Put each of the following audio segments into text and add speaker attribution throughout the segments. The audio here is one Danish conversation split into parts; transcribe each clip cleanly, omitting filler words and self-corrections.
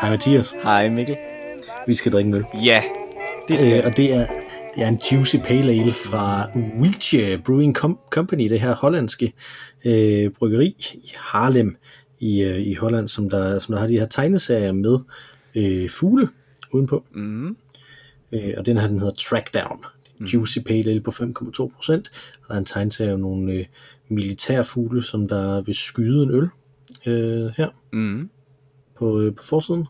Speaker 1: Hej Mathias.
Speaker 2: Hej Mikkel.
Speaker 1: Vi skal drikke en øl.
Speaker 2: Ja, det skal
Speaker 1: og det er en Juicy Pale Ale fra Wieltje Brewing Company, det her hollandske bryggeri i Haarlem i Holland, som der har de her tegneserier med fugle udenpå.
Speaker 2: Mm.
Speaker 1: Og den her, den hedder Trackdown. Juicy Pale Ale på 5,2%. Og der er en tegneserie af nogle militærfugle, som der vil skyde en øl her på forsiden.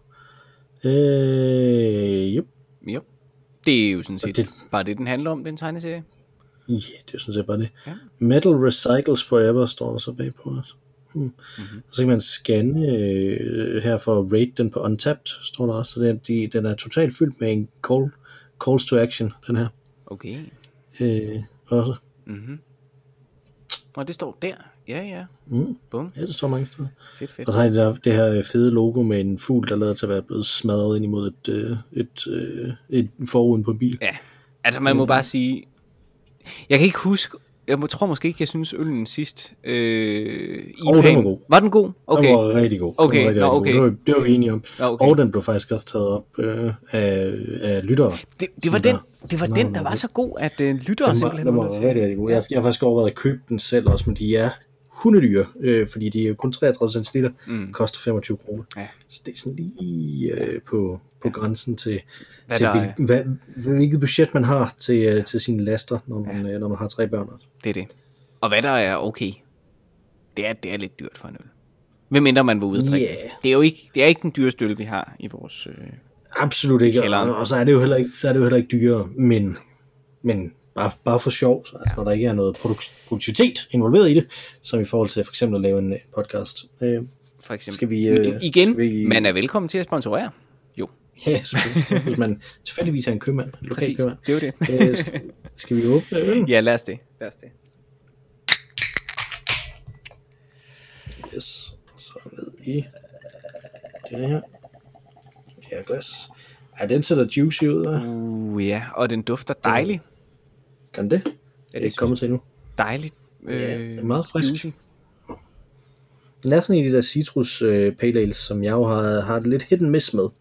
Speaker 2: Jo. Det er jo sådan set bare det, den handler om, den tegneserie.
Speaker 1: Ja, det er sådan set bare det. Ja. Metal recycles forever, står der så bagpå os. Så kan man scanne her for at rate den på Untapped, står der også. Så den er totalt fyldt med en calls to action, den her.
Speaker 2: Okay.
Speaker 1: Også.
Speaker 2: Og det står der. Ja. Bum.
Speaker 1: Ja, det står mange steder.
Speaker 2: Fedt.
Speaker 1: Og så har de det her fede logo med en fugl, der lader til at være blevet smadret ind imod et forruden på en bil.
Speaker 2: Ja, altså man må bare sige, jeg kan ikke huske, tror måske ikke, jeg synes øllen sidst
Speaker 1: den var god.
Speaker 2: Var den god? Okay.
Speaker 1: Den var rigtig god.
Speaker 2: Okay.
Speaker 1: God. Det var vi enige om.
Speaker 2: Okay.
Speaker 1: Og den blev faktisk også taget op af lyttere.
Speaker 2: Det var den, der var så god, at lyttere simpelthen.
Speaker 1: Den var rigtig god. Jeg har faktisk overvejet at købe den selv også, men de er hundedyre, fordi de er kun 33 centiliter, koster 25 kroner. Ja. Så det er sådan lige på grænsen til hvilket budget man har til sine laster, når man har 3 børn også.
Speaker 2: Det er det. Og hvad der er okay, det er lidt dyrt for en øl. Hvem mindre man var ude at drikke. Yeah. Det er ikke den dyreste øl, vi har i vores
Speaker 1: absolut ikke. Og så er det jo heller ikke dyrere, men bare for sjov, så altså, når der ikke er noget produktivitet involveret i det, som i forhold til for eksempel at lave en podcast.
Speaker 2: For eksempel. Man er velkommen til at sponsorere. Jo.
Speaker 1: Ja, selvfølgelig. Hvis man tilfældigvis er en købmand, en lokal købmand.
Speaker 2: Det er jo det.
Speaker 1: Skal vi åbne øllen?
Speaker 2: Ja, lad os det.
Speaker 1: Yes. Så ned i det her glas. Ja, den ser da juicy ud.
Speaker 2: Ja, og den dufter dejligt.
Speaker 1: Kan det? Ja, det er kommet til nu.
Speaker 2: Dejligt.
Speaker 1: Det er meget frisk. Juicy. Den er sådan en af de der citrus pale ales, som jeg jo har det lidt hit and miss med.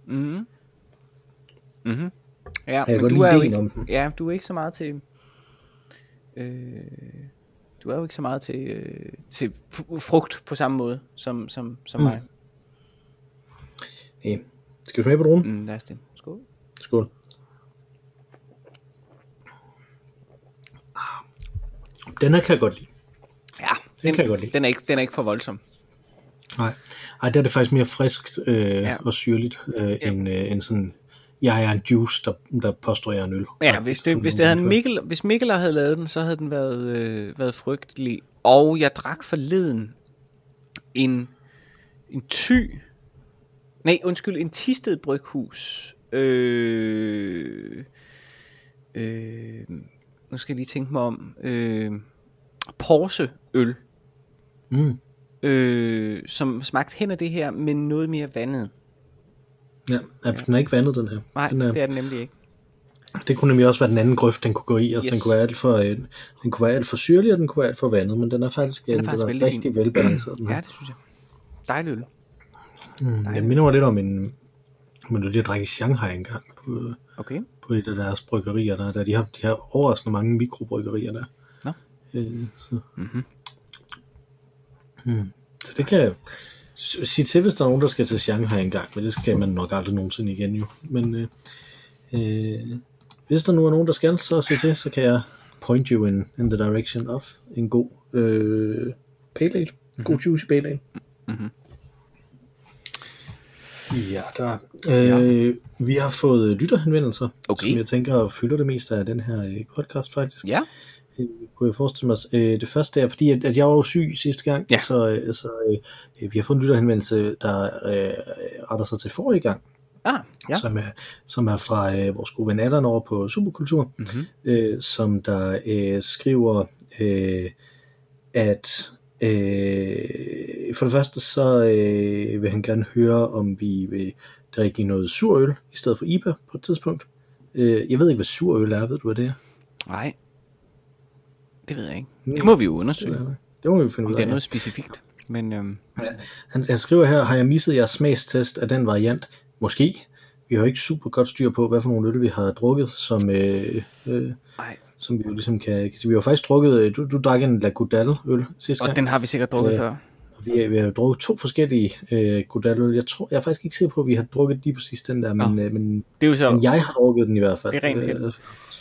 Speaker 2: Ja,
Speaker 1: men
Speaker 2: du er jo ikke, du er ikke så meget til du er jo ikke så meget til frugt på samme måde som mig.
Speaker 1: Nej. Skal vi smage på dronen?
Speaker 2: Lad os det.
Speaker 1: Skål. Den her kan jeg godt lide.
Speaker 2: Ja, den kan jeg godt lide. Den er ikke for voldsom.
Speaker 1: Nej, det er det faktisk mere friskt og syrligt end sådan. Jeg er en juice, der påstår jeg en øl.
Speaker 2: Ja, hvis Mikkel havde lavet den, så havde den været frygtelig. Og jeg drak forleden en Thisted Bryghus. Nu skal jeg lige tænke mig om. Porseøl. Som smagte hen af det her, men noget mere vandet.
Speaker 1: Ja, den er ikke vandet, den her.
Speaker 2: Nej, det er den nemlig ikke.
Speaker 1: Det kunne nemlig også være den anden grøft, den kunne gå i. Altså, yes. Den kunne være alt for syrlig, og den kunne være alt for vandet, men den er faktisk rigtig velbalanceret.
Speaker 2: Ja, det synes jeg. Dejlig øl.
Speaker 1: Jeg minder mig lidt om en jeg drak i Shanghai engang på et af deres bryggerier der. De har overraskende mange mikrobryggerier der.
Speaker 2: Nå.
Speaker 1: Så det kan jeg sige til, hvis der er nogen, der skal til Shanghai engang, men det skal man nok aldrig nogensinde igen jo. Men hvis der nu er nogen, der skal så sige til, så kan jeg point you in the direction of en god pale ale. En god juicy pale ale. Ja, vi har fået lytterhenvendelser, som jeg tænker fylder det meste af den her podcast faktisk.
Speaker 2: Ja.
Speaker 1: Kunne jeg forestille mig. Det første er, fordi at jeg var jo syg sidste gang, så vi har fået en lytterhenvendelse, der retter sig til forrige gang, som er fra vores gode ven Allan over på Superkultur, som der skriver, at for det første så vil han gerne høre, om vi vil drikke noget sur øl i stedet for IPA på et tidspunkt. Jeg ved ikke, hvad sur øl er. Ved du, hvad det er?
Speaker 2: Nej, det ved jeg ikke. Det må vi jo undersøge.
Speaker 1: Det må vi jo finde ud af.
Speaker 2: Det er noget specifikt. Men
Speaker 1: han skriver her: har jeg misset jeres smagstest af den variant? Måske. Vi har jo ikke super godt styr på, hvad for nogle øl vi har drukket, som vi jo ligesom kan... Vi har faktisk drukket... Du drak en La Goudal-øl sidste gang.
Speaker 2: Og den har vi sikkert drukket før.
Speaker 1: Vi har drukket 2 forskellige Goudal-øl. Jeg er faktisk ikke sikker på, at vi har drukket lige præcis den der, men
Speaker 2: det er jo så...
Speaker 1: men jeg har drukket den i hvert fald.
Speaker 2: Det er rent held.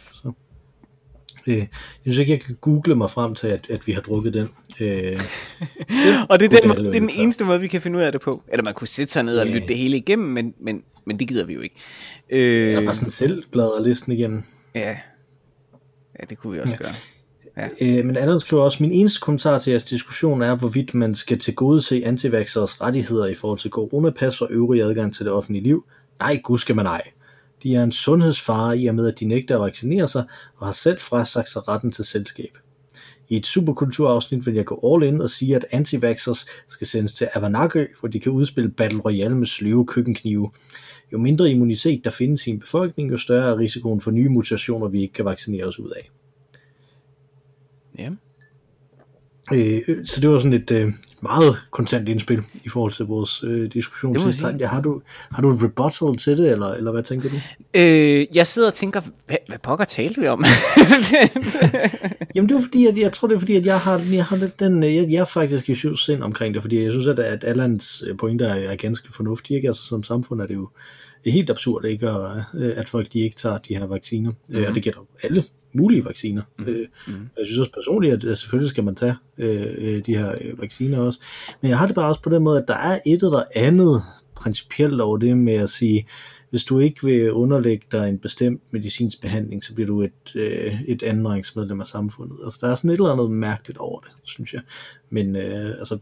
Speaker 1: Jeg synes ikke, jeg kan google mig frem til, at vi har drukket den.
Speaker 2: Og det er den eneste måde, vi kan finde ud af det på. Eller man kunne sætte sig ned og lytte det hele igennem, men det gider vi jo ikke.
Speaker 1: Eller bare sådan selv bladre listen igennem.
Speaker 2: Ja, det kunne vi også gøre. Ja.
Speaker 1: Men Allan skriver også, min eneste kommentar til jeres diskussion er, hvorvidt man skal tilgodese antivaxxeres rettigheder i forhold til coronapas og øvrig adgang til det offentlige liv. Nej, gud skal man ej. De er en sundhedsfare i og med, at de nægter at vaccinere sig, og har selv frasagt sig retten til selskab. I et superkulturafsnit vil jeg gå all in og sige, at antivaxxers skal sendes til Avanakø, hvor de kan udspille Battle Royale med sløve køkkenknive. Jo mindre immunitet der findes i en befolkning, jo større er risikoen for nye mutationer, vi ikke kan vaccinere os ud af.
Speaker 2: Ja.
Speaker 1: Så det var sådan et meget kontant indspil i forhold til vores diskussion sidste gang. Har du et rebuttal til det, eller hvad tænker du?
Speaker 2: Jeg sidder og tænker, hvad pokker talte vi om?
Speaker 1: Jamen det er fordi, at jeg tror det er fordi, at jeg har lidt den, jeg er faktisk i sind omkring det, fordi jeg synes, at Allans pointer er ganske fornuftige, ikke? Altså som samfund er det jo helt absurd, ikke? At folk de ikke tager de her vacciner, og det gælder alle mulige vacciner. Jeg synes også personligt, at selvfølgelig skal man tage de her vacciner også. Men jeg har det bare også på den måde, at der er et eller andet principielt over det med at sige, hvis du ikke vil underlægge dig en bestemt medicinsk behandling, så bliver du et andenrangsmedlem af samfundet. Altså der er sådan et eller andet mærkeligt over det, synes jeg. Men altså...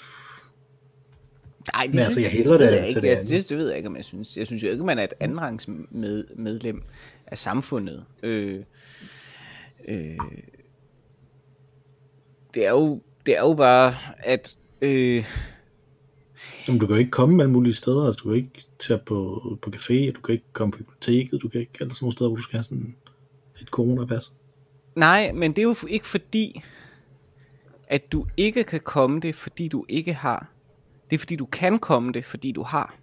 Speaker 2: Nej,
Speaker 1: men altså, jeg hælder det til
Speaker 2: det. Det ved jeg ikke, om jeg synes. Jeg synes jo ikke, man er et andenrangsmedlem af samfundet. Det er jo bare, at...
Speaker 1: Jamen, du kan jo ikke komme alle mulige steder. Altså, du kan ikke tage på café, du kan ikke komme på biblioteket, du kan ikke alle sådan nogle steder, hvor du skal have sådan et coronapas.
Speaker 2: Nej, men det er jo ikke fordi, at du ikke kan komme det, fordi du ikke har. Det er fordi, du kan komme det, fordi du har.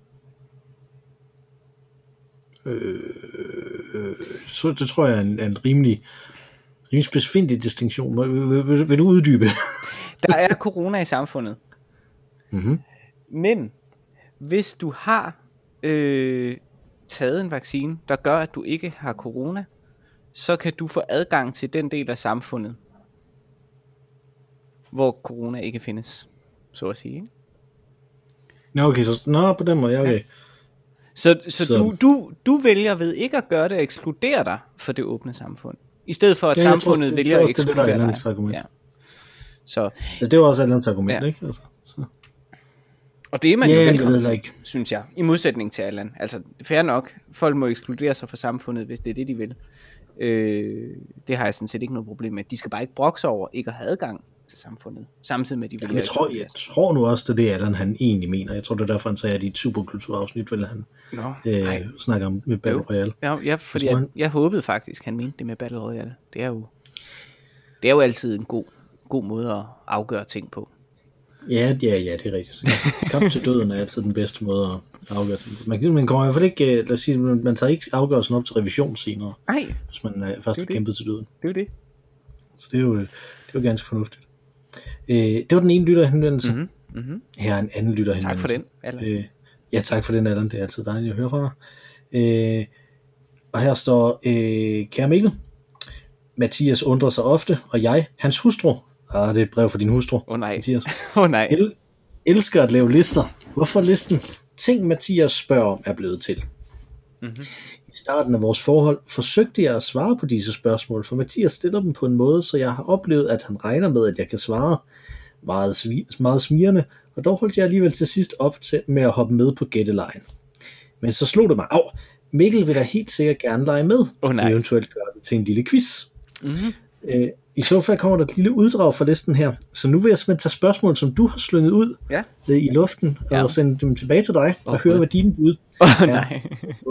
Speaker 1: Så det tror jeg er en rimelig specifik distinktion. Vil du uddybe?
Speaker 2: Der er corona i samfundet.
Speaker 1: Mm-hmm.
Speaker 2: Men hvis du har taget en vaccine, der gør, at du ikke har corona, så kan du få adgang til den del af samfundet, hvor corona ikke findes, så at sige.
Speaker 1: Nå, okay, så på den måde, ja, okay. Ja.
Speaker 2: Så du vælger ved ikke at gøre det og ekskludere dig for det åbne samfund, i stedet for at samfundet vælger at ekskludere dig. Ja. Så
Speaker 1: det var også et andet argument, ikke? Altså, så.
Speaker 2: Og det er man jo velkommen til, synes jeg, i modsætning til Allan. Altså, fair nok, folk må ekskludere sig fra samfundet, hvis det er det, de vil. Det har jeg sådan set ikke noget problem med. De skal bare ikke brokke sig over ikke at have adgang til samfundet, samtidig med, at de vil.
Speaker 1: Jeg tror nu også, det er det, Allan han egentlig mener. Jeg tror, det er derfor, han sagde, at i et superkulturafsnit vil han snakke om med Battle Royale.
Speaker 2: Ja, fordi jeg håbede faktisk, han mente det med Battle Royale. Det er jo altid en god måde at afgøre ting på.
Speaker 1: Ja, det er rigtigt. Kamp til døden er altid den bedste måde at afgøre ting på. Man kommer i hvert fald ikke, lad os sige, man tager ikke afgørelsen op til revision senere.
Speaker 2: Nej.
Speaker 1: Hvis man først har kæmpet til døden.
Speaker 2: Det er det.
Speaker 1: Så det er jo ganske fornuftigt. Det var den ene lytterhenvendelse.
Speaker 2: Mm-hmm.
Speaker 1: Her er en anden lytterhenvendelse.
Speaker 2: Tak for den, Allan.
Speaker 1: Ja, tak for den, Allan. Det er altid dejligt at høre fra dig. Og her står, kære Mikkel, Mathias undrer sig ofte, og jeg, hans hustru, det er et brev fra din hustru,
Speaker 2: nej.
Speaker 1: Mathias.
Speaker 2: Nej.
Speaker 1: Elsker at lave lister. Hvorfor listen? Ting Mathias spørger om er blevet til.
Speaker 2: Mm-hmm.
Speaker 1: I starten af vores forhold forsøgte jeg at svare på disse spørgsmål, for Mathias stiller dem på en måde, så jeg har oplevet, at han regner med, at jeg kan svare meget smirrende, og dog holdt jeg alligevel til sidst op med at hoppe med på gættelejen. Men så slog det mig, Mikkel vil da helt sikkert gerne lege med, og eventuelt gøre det til en lille quiz.
Speaker 2: Mm-hmm.
Speaker 1: I så fald kommer der et lille uddrag fra listen her, så nu vil jeg simpelthen tage spørgsmål, som du har slynget ud i luften, og sende dem tilbage til dig, og høre, hvad dine bud
Speaker 2: nej.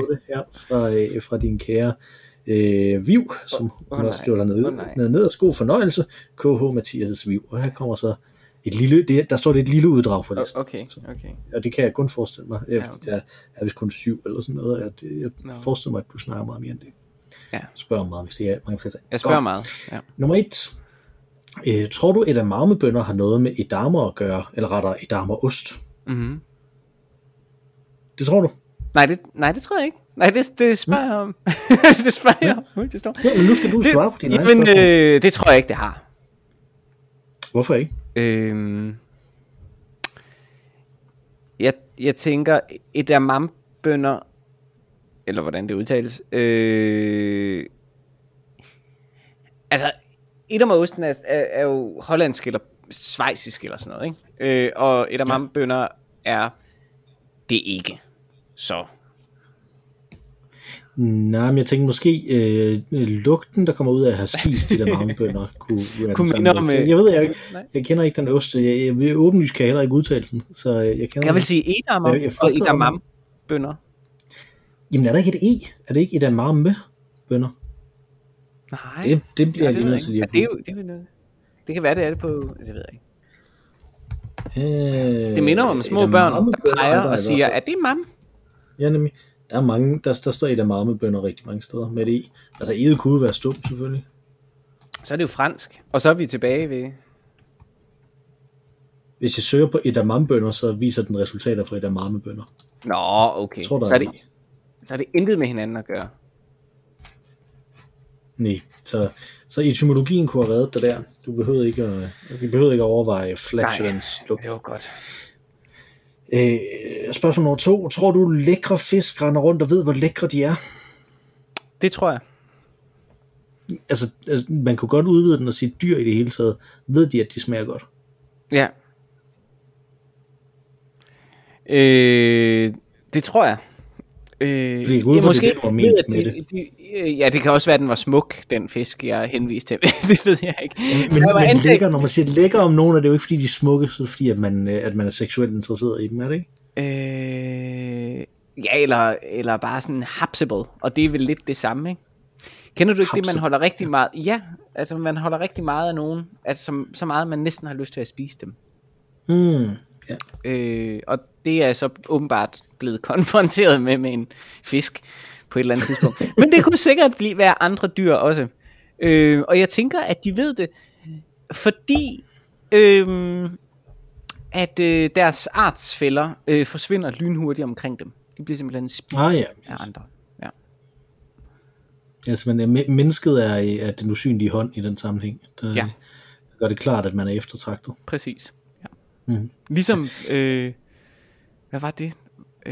Speaker 1: Fra din kære Viv, som hun også skriver dernede. Ned og god fornøjelse, KH Mathias' Viv. Og her kommer så der står det et lille uddrag for listen.
Speaker 2: Okay.
Speaker 1: Og det kan jeg kun forestille mig, efter jeg er vist kun 7 eller sådan noget, at jeg forestiller mig, at du snakker meget mere end det.
Speaker 2: Ja.
Speaker 1: Spørg meget, hvis det er mange flere.
Speaker 2: Jeg spørger meget, ja.
Speaker 1: Nummer 1. Tror du, edamamebønner har noget med edamer at gøre, eller rettere edamerost?
Speaker 2: Mhm.
Speaker 1: Det tror du?
Speaker 2: Nej, det tror jeg ikke. Nej, det spørger jeg om. Det spørger jeg om. Det står.
Speaker 1: Ja, men nu skal du svare på dine egne spørgsmål.
Speaker 2: Det tror jeg ikke, det har.
Speaker 1: Hvorfor ikke?
Speaker 2: Jeg tænker, edamambønner, eller hvordan det udtales, altså, edamerosten er jo hollandsk eller schweizisk eller sådan noget, ikke? Og edamambønner er det ikke. Så.
Speaker 1: Nej, men jeg tænker måske lugten, der kommer ud af at have spist edamamebønner, kunne
Speaker 2: minde om...
Speaker 1: Jeg ved jeg ikke. Jeg kender ikke den ost. Jeg vil åbenlyst kan heller ikke udtale den. Så
Speaker 2: jeg vil sige edamam og edamambønner.
Speaker 1: Jamen er der ikke et e? Er det ikke edamambønner?
Speaker 2: Nej.
Speaker 1: Det bliver jeg nødt til lige at
Speaker 2: det kan være, det er det på... Det ved jeg ikke. Det minder om små børn, der peger og siger, at det er mam.
Speaker 1: Ja, nemlig. Der er mange, der står edamamebønner rigtig mange steder med det i. Altså, eget kunne være stum, selvfølgelig.
Speaker 2: Så er det jo fransk. Og så er vi tilbage ved...
Speaker 1: Hvis jeg søger på edamambønner, så viser den resultater fra edamamebønner.
Speaker 2: Nå, okay.
Speaker 1: Tror,
Speaker 2: så er det intet med hinanden at gøre.
Speaker 1: Nej, så etymologien kunne have reddet dig der. Du behøvede ikke at overveje flatulence.
Speaker 2: Nej, det var godt.
Speaker 1: Spørgsmål nummer 2. Tror du, lækre fisk render rundt og ved, hvor lækre de er?
Speaker 2: Det tror jeg.
Speaker 1: Altså, man kunne godt udvide den og sige, dyr i det hele taget, ved de, at de smager godt?
Speaker 2: Ja. Det tror jeg.
Speaker 1: Fordi jeg kunne måske det var ment med det.
Speaker 2: Ja, det kan også være, at den var smuk, den fisk, jeg henviste til. Det ved jeg ikke.
Speaker 1: Men lækker, når man siger lækker om nogen, er det jo ikke, fordi de er smukke, så fordi, at man er seksuelt interesseret i dem, er det ikke?
Speaker 2: Ja, eller bare sådan hapsable, og det er vel lidt det samme, ikke? Kender du ikke det, man holder rigtig meget? Ja, altså man holder rigtig meget af nogen, altså så meget, man næsten har lyst til at spise dem.
Speaker 1: Ja.
Speaker 2: Og det er så åbenbart blevet konfronteret med en fisk på et eller andet tidspunkt. Men det kunne sikkert være andre dyr også. Og jeg tænker, at de ved det, fordi at deres artsfæller forsvinder lynhurtigt omkring dem. De bliver simpelthen spist af andre. Ja.
Speaker 1: Altså, men mennesket er den usynlige hånd i den sammenhæng. Der gør det klart, at man er eftertragtet.
Speaker 2: Præcis. Ja. Ligesom, hvad var det?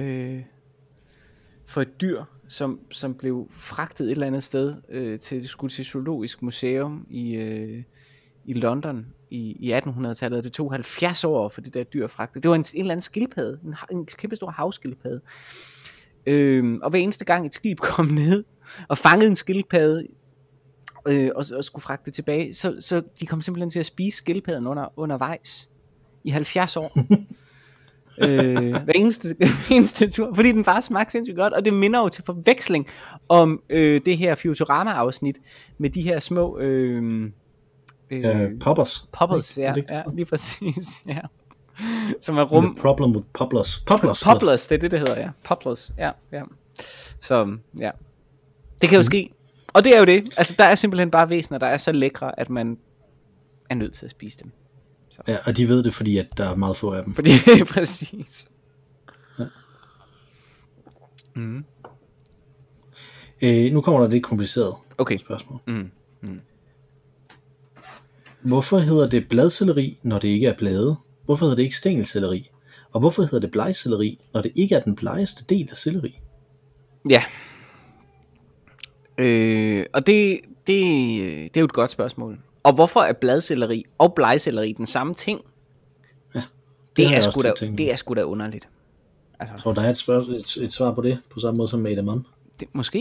Speaker 2: For et dyr, som blev fragtet et eller andet sted til zoologisk museum i London i 1800-tallet. Det tog 70 år for det der dyr fragtet. Det var en eller anden skildpadde, en kæmpe stor havskildpadde. Og hver eneste gang et skib kom ned og fangede en skildpadde og skulle fragte tilbage, så de kom simpelthen til at spise skildpadden undervejs i 70 år. Hver eneste tur, fordi den bare smagte sindssygt godt, og det minder jo til forveksling om det her Futurama-afsnit med de her små Poppers, ja, lige præcis, ja. Som er rum.
Speaker 1: The problem with Poplars.
Speaker 2: Poplars, det er det hedder, ja. Poplars, ja. Så, ja. Det kan jo ske. Og det er jo det. Altså, der er simpelthen bare væsener, der er så lækre, at man er nødt til at spise dem. Så.
Speaker 1: Ja, og de ved det, fordi at der er meget få af dem.
Speaker 2: Fordi, præcis. Ja.
Speaker 1: Nu kommer der lidt kompliceret spørgsmål. Hvorfor hedder det bladselleri, når det ikke er blade? Hvorfor hedder det ikke stængelselleri? Og hvorfor hedder det blegselleri, når det ikke er den blegeste del af selleri?
Speaker 2: Ja. Og det er jo et godt spørgsmål. Og hvorfor er bladselleri og blegselleri den samme ting?
Speaker 1: Ja,
Speaker 2: det er sgu da underligt. Altså,
Speaker 1: så der er et svar på det, på samme måde som med edamame?
Speaker 2: Måske.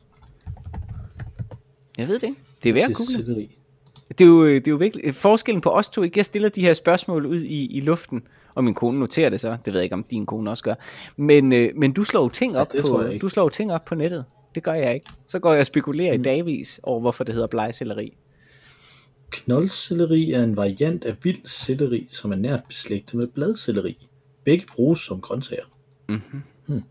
Speaker 2: Jeg ved det ikke. Det er værd at google. Det er jo virkelig forskellen på os to. Ikke? Jeg stiller de her spørgsmål ud i luften, og min kone noterer det så. Det ved jeg ikke, om din kone også gør. Men du slår ting op på nettet. Det gør jeg ikke. Så går jeg og spekulerer i dagvis over, hvorfor det hedder blegselleri.
Speaker 1: Knoldselleri er en variant af vild selleri, som er nært beslægtet med bladselleri. Begge bruges som grøntsager.
Speaker 2: Mm-hmm.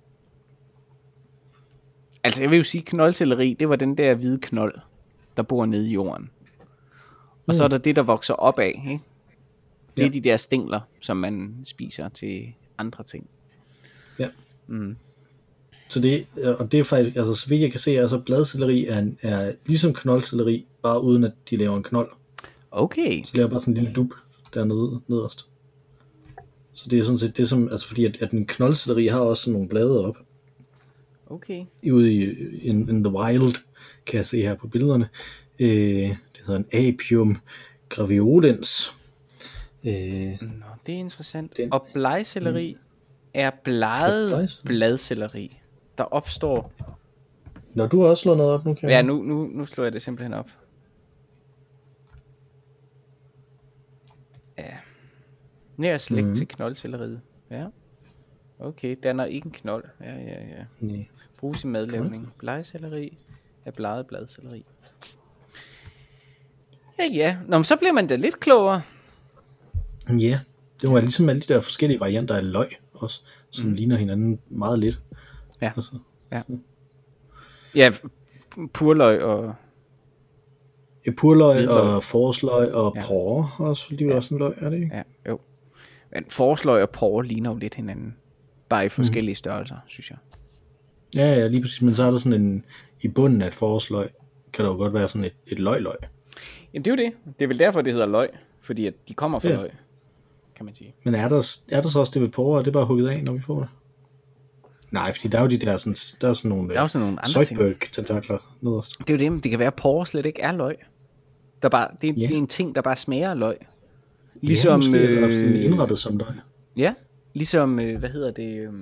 Speaker 2: Altså jeg vil jo sige, knoldselleri, det var den der hvide knold, der bor nede i jorden. Og så er der det, der vokser opad, ikke? Det er de der stængler, som man spiser til andre ting.
Speaker 1: Ja. Så det er faktisk, altså så vidt jeg kan se, altså bladselleri er ligesom knoldselleri, bare uden at de laver en knold.
Speaker 2: Okay.
Speaker 1: Så laver bare sådan en lille dub dernede nederst. Så det er sådan set det som, altså fordi at en knoldselleri har også sådan nogle blade op.
Speaker 2: Okay.
Speaker 1: Ude in the wild, kan jeg se her på billederne. Det hedder en Apium graviolens.
Speaker 2: Nå, det er interessant. Og blegselleri er bleget bladselleri, der opstår.
Speaker 1: Når du har også slået noget op nu, kan
Speaker 2: ja, nu slår jeg det simpelthen op. Ja. Nær slægt til knoldselleriet. Ja. Okay, danner ikke en knold. Ja.
Speaker 1: Nej.
Speaker 2: Bruges i madlavning. Blegselleri er bleget bladselleri. Ja. Nå, men så bliver man da lidt klogere.
Speaker 1: Ja, det var ligesom alle de der forskellige varianter af løg også, som ligner hinanden meget lidt.
Speaker 2: Ja, altså. Ja, purløg og...
Speaker 1: Ja, purløg og forårsløg og porre også, fordi det er også en løg, er det ikke?
Speaker 2: Ja, jo. Men forårsløg og porre ligner jo lidt hinanden. Bare i forskellige størrelser, synes jeg.
Speaker 1: Ja, lige præcis. Men så er der sådan en... I bunden af et forårsløg, kan der jo godt være sådan et løg.
Speaker 2: Jamen det er jo det. Det er vel derfor, det hedder løg. Fordi at de kommer fra løg, kan man sige.
Speaker 1: Men er der så også det ved porre? Er det bare hugget af, når vi får det? Nej, fordi der er jo de der sådan, der er sådan nogle
Speaker 2: andre
Speaker 1: Zoidberg-tentakler nederst.
Speaker 2: Det er jo det. Det kan være, at porre slet ikke er løg. Det er en ting, der bare smager af løg. Ligesom,
Speaker 1: måske er det indrettet som løg.
Speaker 2: Ja, ligesom, hvad hedder det...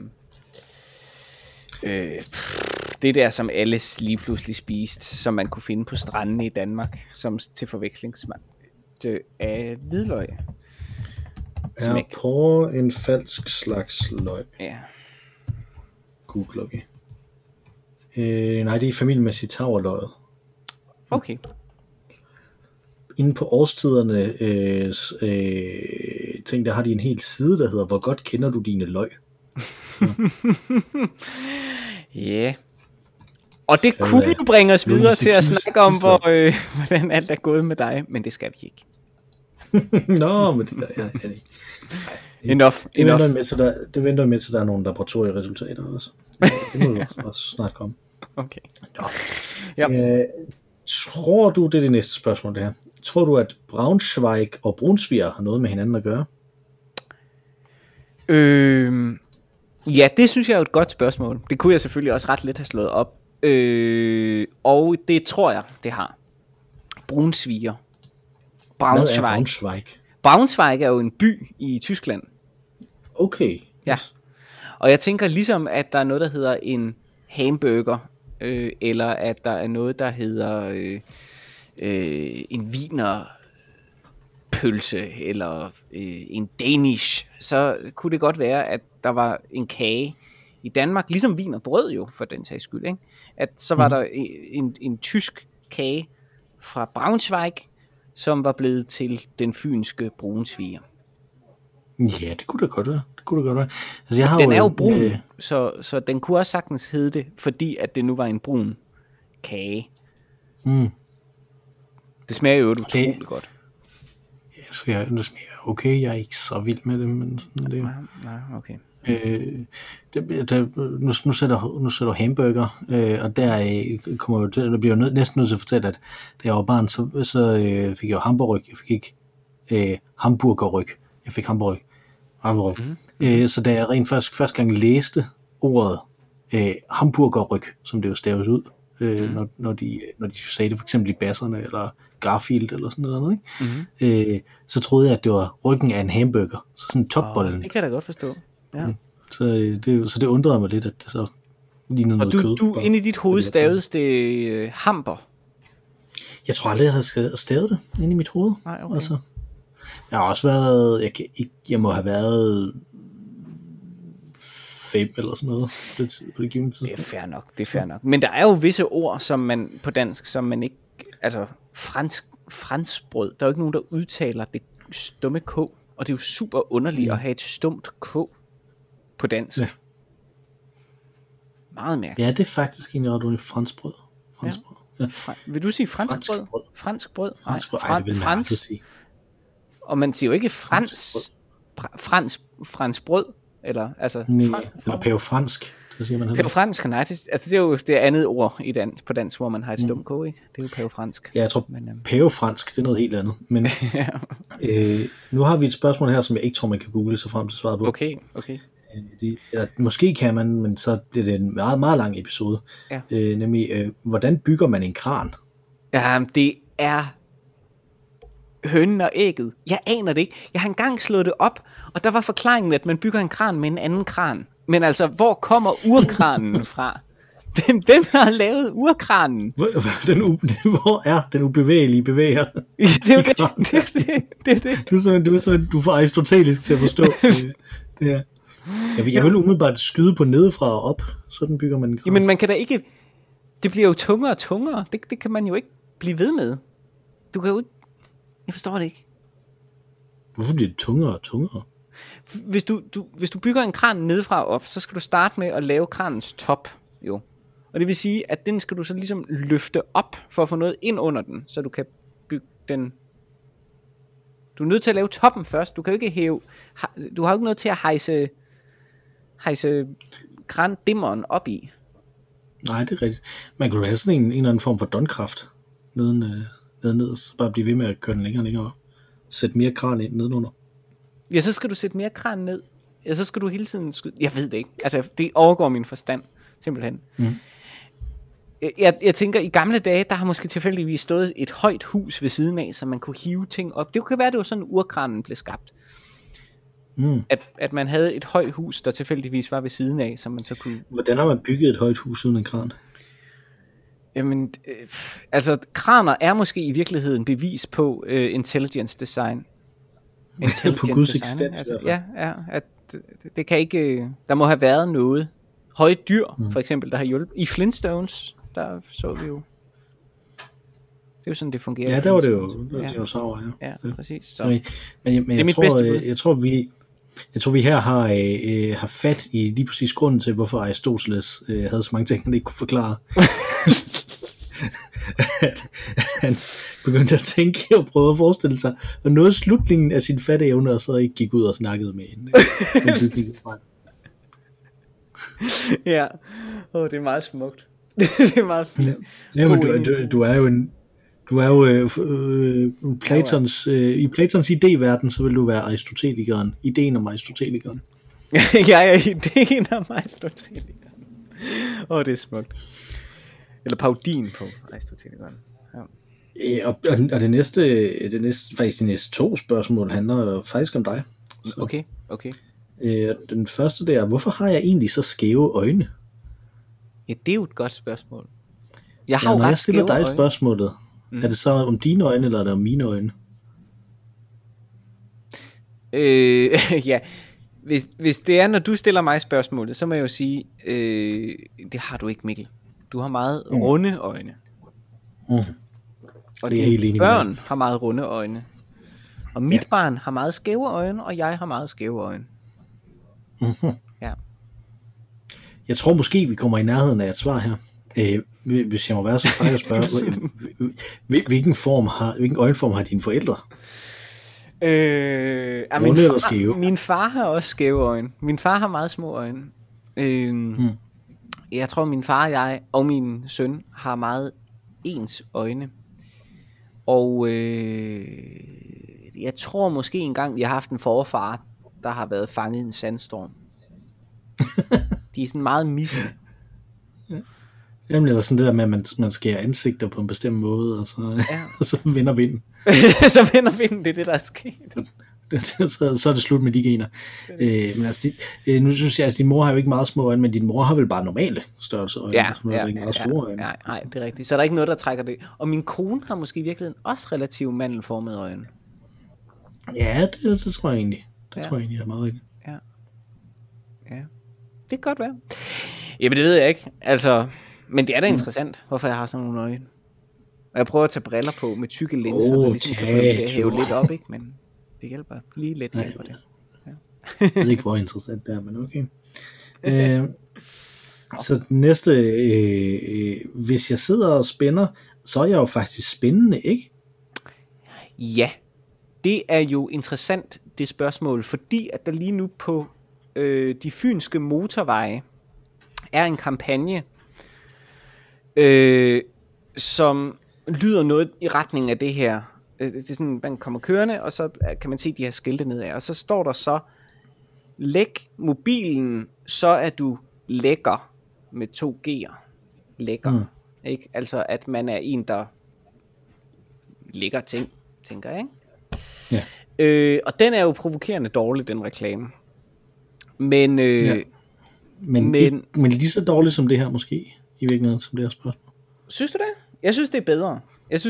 Speaker 2: det der, som alle lige pludselig spiste, som man kunne finde på strandene i Danmark, som til forveksling smagte af hvidløg.
Speaker 1: Er porre en falsk slags løg?
Speaker 2: Ja.
Speaker 1: Googler vi. Nej, det er i familien med citaurløget.
Speaker 2: Okay.
Speaker 1: Inde på årstiderne ting, der har de en hel side, der hedder, hvor godt kender du dine løg?
Speaker 2: Ja. Og det kunne jo bringe os videre til at snakke om, hvordan alt er gået med dig, men det skal vi ikke.
Speaker 1: Nå, men det der, ja.
Speaker 2: Enough.
Speaker 1: Det venter med til, der er nogle laboratorieresultater også. Det må jo også snart komme.
Speaker 2: Okay.
Speaker 1: Ja. Tror du, det er det næste spørgsmål, det her. Tror du, at Braunschweig og Brunsviger har noget med hinanden at gøre?
Speaker 2: Ja, det synes jeg er et godt spørgsmål. Det kunne jeg selvfølgelig også ret let have slået op. Og det tror jeg, det har. Brunsviger.
Speaker 1: Braunschweig. Hvad er Braunschweig?
Speaker 2: Braunschweig er jo en by i Tyskland.
Speaker 1: Okay.
Speaker 2: Ja. Og jeg tænker ligesom, at der er noget, der hedder en hamburger, eller at der er noget, der hedder en wienerpølse, eller en danish, så kunne det godt være, at der var en kage i Danmark, ligesom wienerbrød jo, for den sags skyld, ikke? At så var der en tysk kage fra Braunschweig, som var blevet til den fynske brunsviger.
Speaker 1: Ja, det kunne da godt være. Altså,
Speaker 2: den er jo brun, så den kunne også sagtens hedde det, fordi at det nu var en brun kage. Det smager jo utroligt godt.
Speaker 1: Ja, det smager okay. Jeg er ikke så vild med det, men sådan det.
Speaker 2: Nej, okay.
Speaker 1: Nu sætter du hamburger, og der bliver jo næsten nødt til at fortælle, at da jeg var barn, så fik jeg jo hamburgerryg. Jeg fik ikke hamburgerryg. Jeg fik hamburgerryg. Så da jeg rent første gang læste ordet hamburgerryg, som det jo staves ud, når de sagde det for eksempel i basserne eller Garfield eller sådan noget, ikke? Så troede jeg, at det var ryggen af en hamburger, så sådan en topbollen.
Speaker 2: Det kan jeg da godt forstå. Ja.
Speaker 1: Så det undrede mig lidt, at det så lignede noget kød.
Speaker 2: Og du inde i dit hoved staves det hamper?
Speaker 1: Jeg tror aldrig, jeg havde stavet det inde i mit hoved.
Speaker 2: Nej, okay.
Speaker 1: Altså, jeg har også været, jeg må have været 5 eller sådan noget på det givende tidspunkt.
Speaker 2: Det er fair nok. Men der er jo visse ord, som man på dansk, som man ikke, altså fransk franskbrød. Der er jo ikke nogen, der udtaler det stumme K. Og det er jo super underligt at have et stumt K på dansk. Ja. Meget mærkeligt.
Speaker 1: Ja, det er faktisk egentlig ret underligt. Franskbrød.
Speaker 2: Ja. Vil du sige franskbrød? Franskbrød?
Speaker 1: Franskbrød. Ej, det vil man aldrig sige.
Speaker 2: Og man siger jo ikke fransk brød, eller altså...
Speaker 1: Eller pævefransk, det siger man.
Speaker 2: Pævefransk, nej, det er jo det andet ord på dansk, hvor man har et stumt K, ikke? Det er jo pævefransk.
Speaker 1: Ja, jeg tror, pævefransk, det er noget helt andet. Men nu har vi et spørgsmål her, som jeg ikke tror, man kan google sig frem til svaret på.
Speaker 2: Okay.
Speaker 1: Måske kan man, men så bliver det en meget, meget lang episode. Ja. Nemlig, hvordan bygger man en kran?
Speaker 2: Ja, det er hønen og ægget. Jeg aner det ikke. Jeg har engang slået det op, og der var forklaringen, at man bygger en kran med en anden kran. Men altså, hvor kommer urkranen fra? Hvem har lavet urkranen?
Speaker 1: Hvor er den ubevægelige bevæger?
Speaker 2: Det er det.
Speaker 1: Du er for aristotelisk til at forstå det her. Jeg vil umiddelbart skyde på nedefra og op, sådan bygger man en kran.
Speaker 2: Jamen man kan da ikke, det bliver jo tungere og tungere, det kan man jo ikke blive ved med. Du kan jo, jeg forstår det ikke.
Speaker 1: Hvorfor bliver det tungere og tungere?
Speaker 2: Hvis du bygger en kran nedefra og op, så skal du starte med at lave kranens top, jo. Og det vil sige, at den skal du så ligesom løfte op, for at få noget ind under den, så du kan bygge den. Du er nødt til at lave toppen først, du kan jo ikke hæve, du har jo ikke noget til at hejse krandimmeren op i.
Speaker 1: Nej, det er rigtigt. Man kunne have sådan en eller anden form for donkraft ned, så bare blive ved med at køre den længere og længere op. Sætte mere kran ind nedenunder.
Speaker 2: Ja, så skal du sætte mere kran ned. Ja, så skal du hele tiden jeg ved det ikke. Altså, det overgår min forstand, simpelthen. Jeg tænker, i gamle dage, der har måske tilfældigvis stået et højt hus ved siden af, så man kunne hive ting op. Det kan være, det var sådan, urkranen blev skabt. At man havde et højt hus, der tilfældigvis var ved siden af, så man så kunne...
Speaker 1: Hvordan har man bygget et højt hus uden en kran?
Speaker 2: Jamen, altså, kraner er måske i virkeligheden bevis på intelligence design.
Speaker 1: På Guds eksistens.
Speaker 2: Altså, ja, at det kan ikke... Der må have været noget. Høje dyr, for eksempel, der har hjulpet. I Flintstones, der så vi jo... Det er jo sådan, det fungerer.
Speaker 1: Ja, der var det jo dinosaurer,
Speaker 2: ja. Ja, præcis. Så.
Speaker 1: Men jeg tror, vi her har fat i lige præcis grunden til, hvorfor Aristoteles havde så mange ting, han ikke kunne forklare. at han begyndte at tænke og prøve at forestille sig, og nåede slutningen af sin fatteevne, og så ikke gik ud og snakkede med hende.
Speaker 2: Ja, det er meget smukt. Det er meget fint.
Speaker 1: Ja, men du er jo Platons, i Platons idéverden, så vil du være aristotelikeren. Ideen om aristotelikeren.
Speaker 2: Jeg er ideen om aristotelikeren. Det er smukt. Eller parodien på aristotelikeren.
Speaker 1: Ja, og det næste, faktisk de næste 2 spørgsmål handler faktisk om dig.
Speaker 2: Så. Okay.
Speaker 1: Den første der, hvorfor har jeg egentlig så skæve øjne?
Speaker 2: Ja, det er jo et godt spørgsmål. Jeg har jo ret skæve øjne.
Speaker 1: Når jeg stiller dig spørgsmålet, er det så om dine øjne, eller er det om mine øjne?
Speaker 2: Ja, hvis det er, når du stiller mig spørgsmålet, så må jeg jo sige, det har du ikke, Mikkel. Du har meget runde øjne. Og dine børn har meget runde øjne. Og mit barn har meget skæve øjne, og jeg har meget skæve øjne. Ja. Jeg
Speaker 1: tror måske, vi kommer i nærheden af et svar her. Hvis jeg må være så fræk at spørge, hvilken øjenform har dine forældre?
Speaker 2: Min far har også skæve øjne. Min far har meget små øjne. Jeg tror, min far og jeg og min søn har meget ens øjne. Og jeg tror måske engang, vi har haft en forfar, der har været fanget i en sandstorm. De er sådan meget missende.
Speaker 1: Jamen, eller sådan det der med, at man skærer ansigter på en bestemt måde, og så vender vinden.
Speaker 2: Så vender vinden, det er det, der er sket.
Speaker 1: Så er det slut med de gener. Men altså, nu synes jeg, at din mor har jo ikke meget små øjne, men din mor har vel bare normale størrelse øjne. Ikke meget store øjne.
Speaker 2: Nej, det er rigtigt. Så er der ikke noget, der trækker det. Og min kone har måske i virkeligheden også relativt mandelformede øjne.
Speaker 1: Ja, det tror jeg egentlig. Det tror jeg egentlig er meget rigtigt.
Speaker 2: Ja. Det kan godt være. Jamen, det ved jeg ikke. Altså, men det er da interessant, hvorfor jeg har sådan nogle øjne. Og jeg prøver at tage briller på med tykke linser, der ligesom kan få det til at hæve lidt op, ikke? Men det hjælper lige lidt. Hjælper det. Ja.
Speaker 1: Jeg ved ikke, hvor interessant det er, men okay. Så næste, hvis jeg sidder og spænder, så er jeg jo faktisk spændende, ikke?
Speaker 2: Ja, det er jo interessant, det spørgsmål, fordi at der lige nu på de fynske motorveje er en kampagne, som lyder noget i retning af det her. Det er sådan, man kommer kørende, og så kan man se de her skilte nedad, og så står der så, læg mobilen, så er du lækker, med 2 G'er. Lækker. Ikke? Altså, at man er en, der lægger ting, tænker jeg, ikke? Ja. Og den er jo provokerende dårlig, den reklame. Men,
Speaker 1: men lige så dårligt som det her, måske, i virkeligheden, som det her spørgsmål.
Speaker 2: Synes du det? Jeg synes, det er bedre.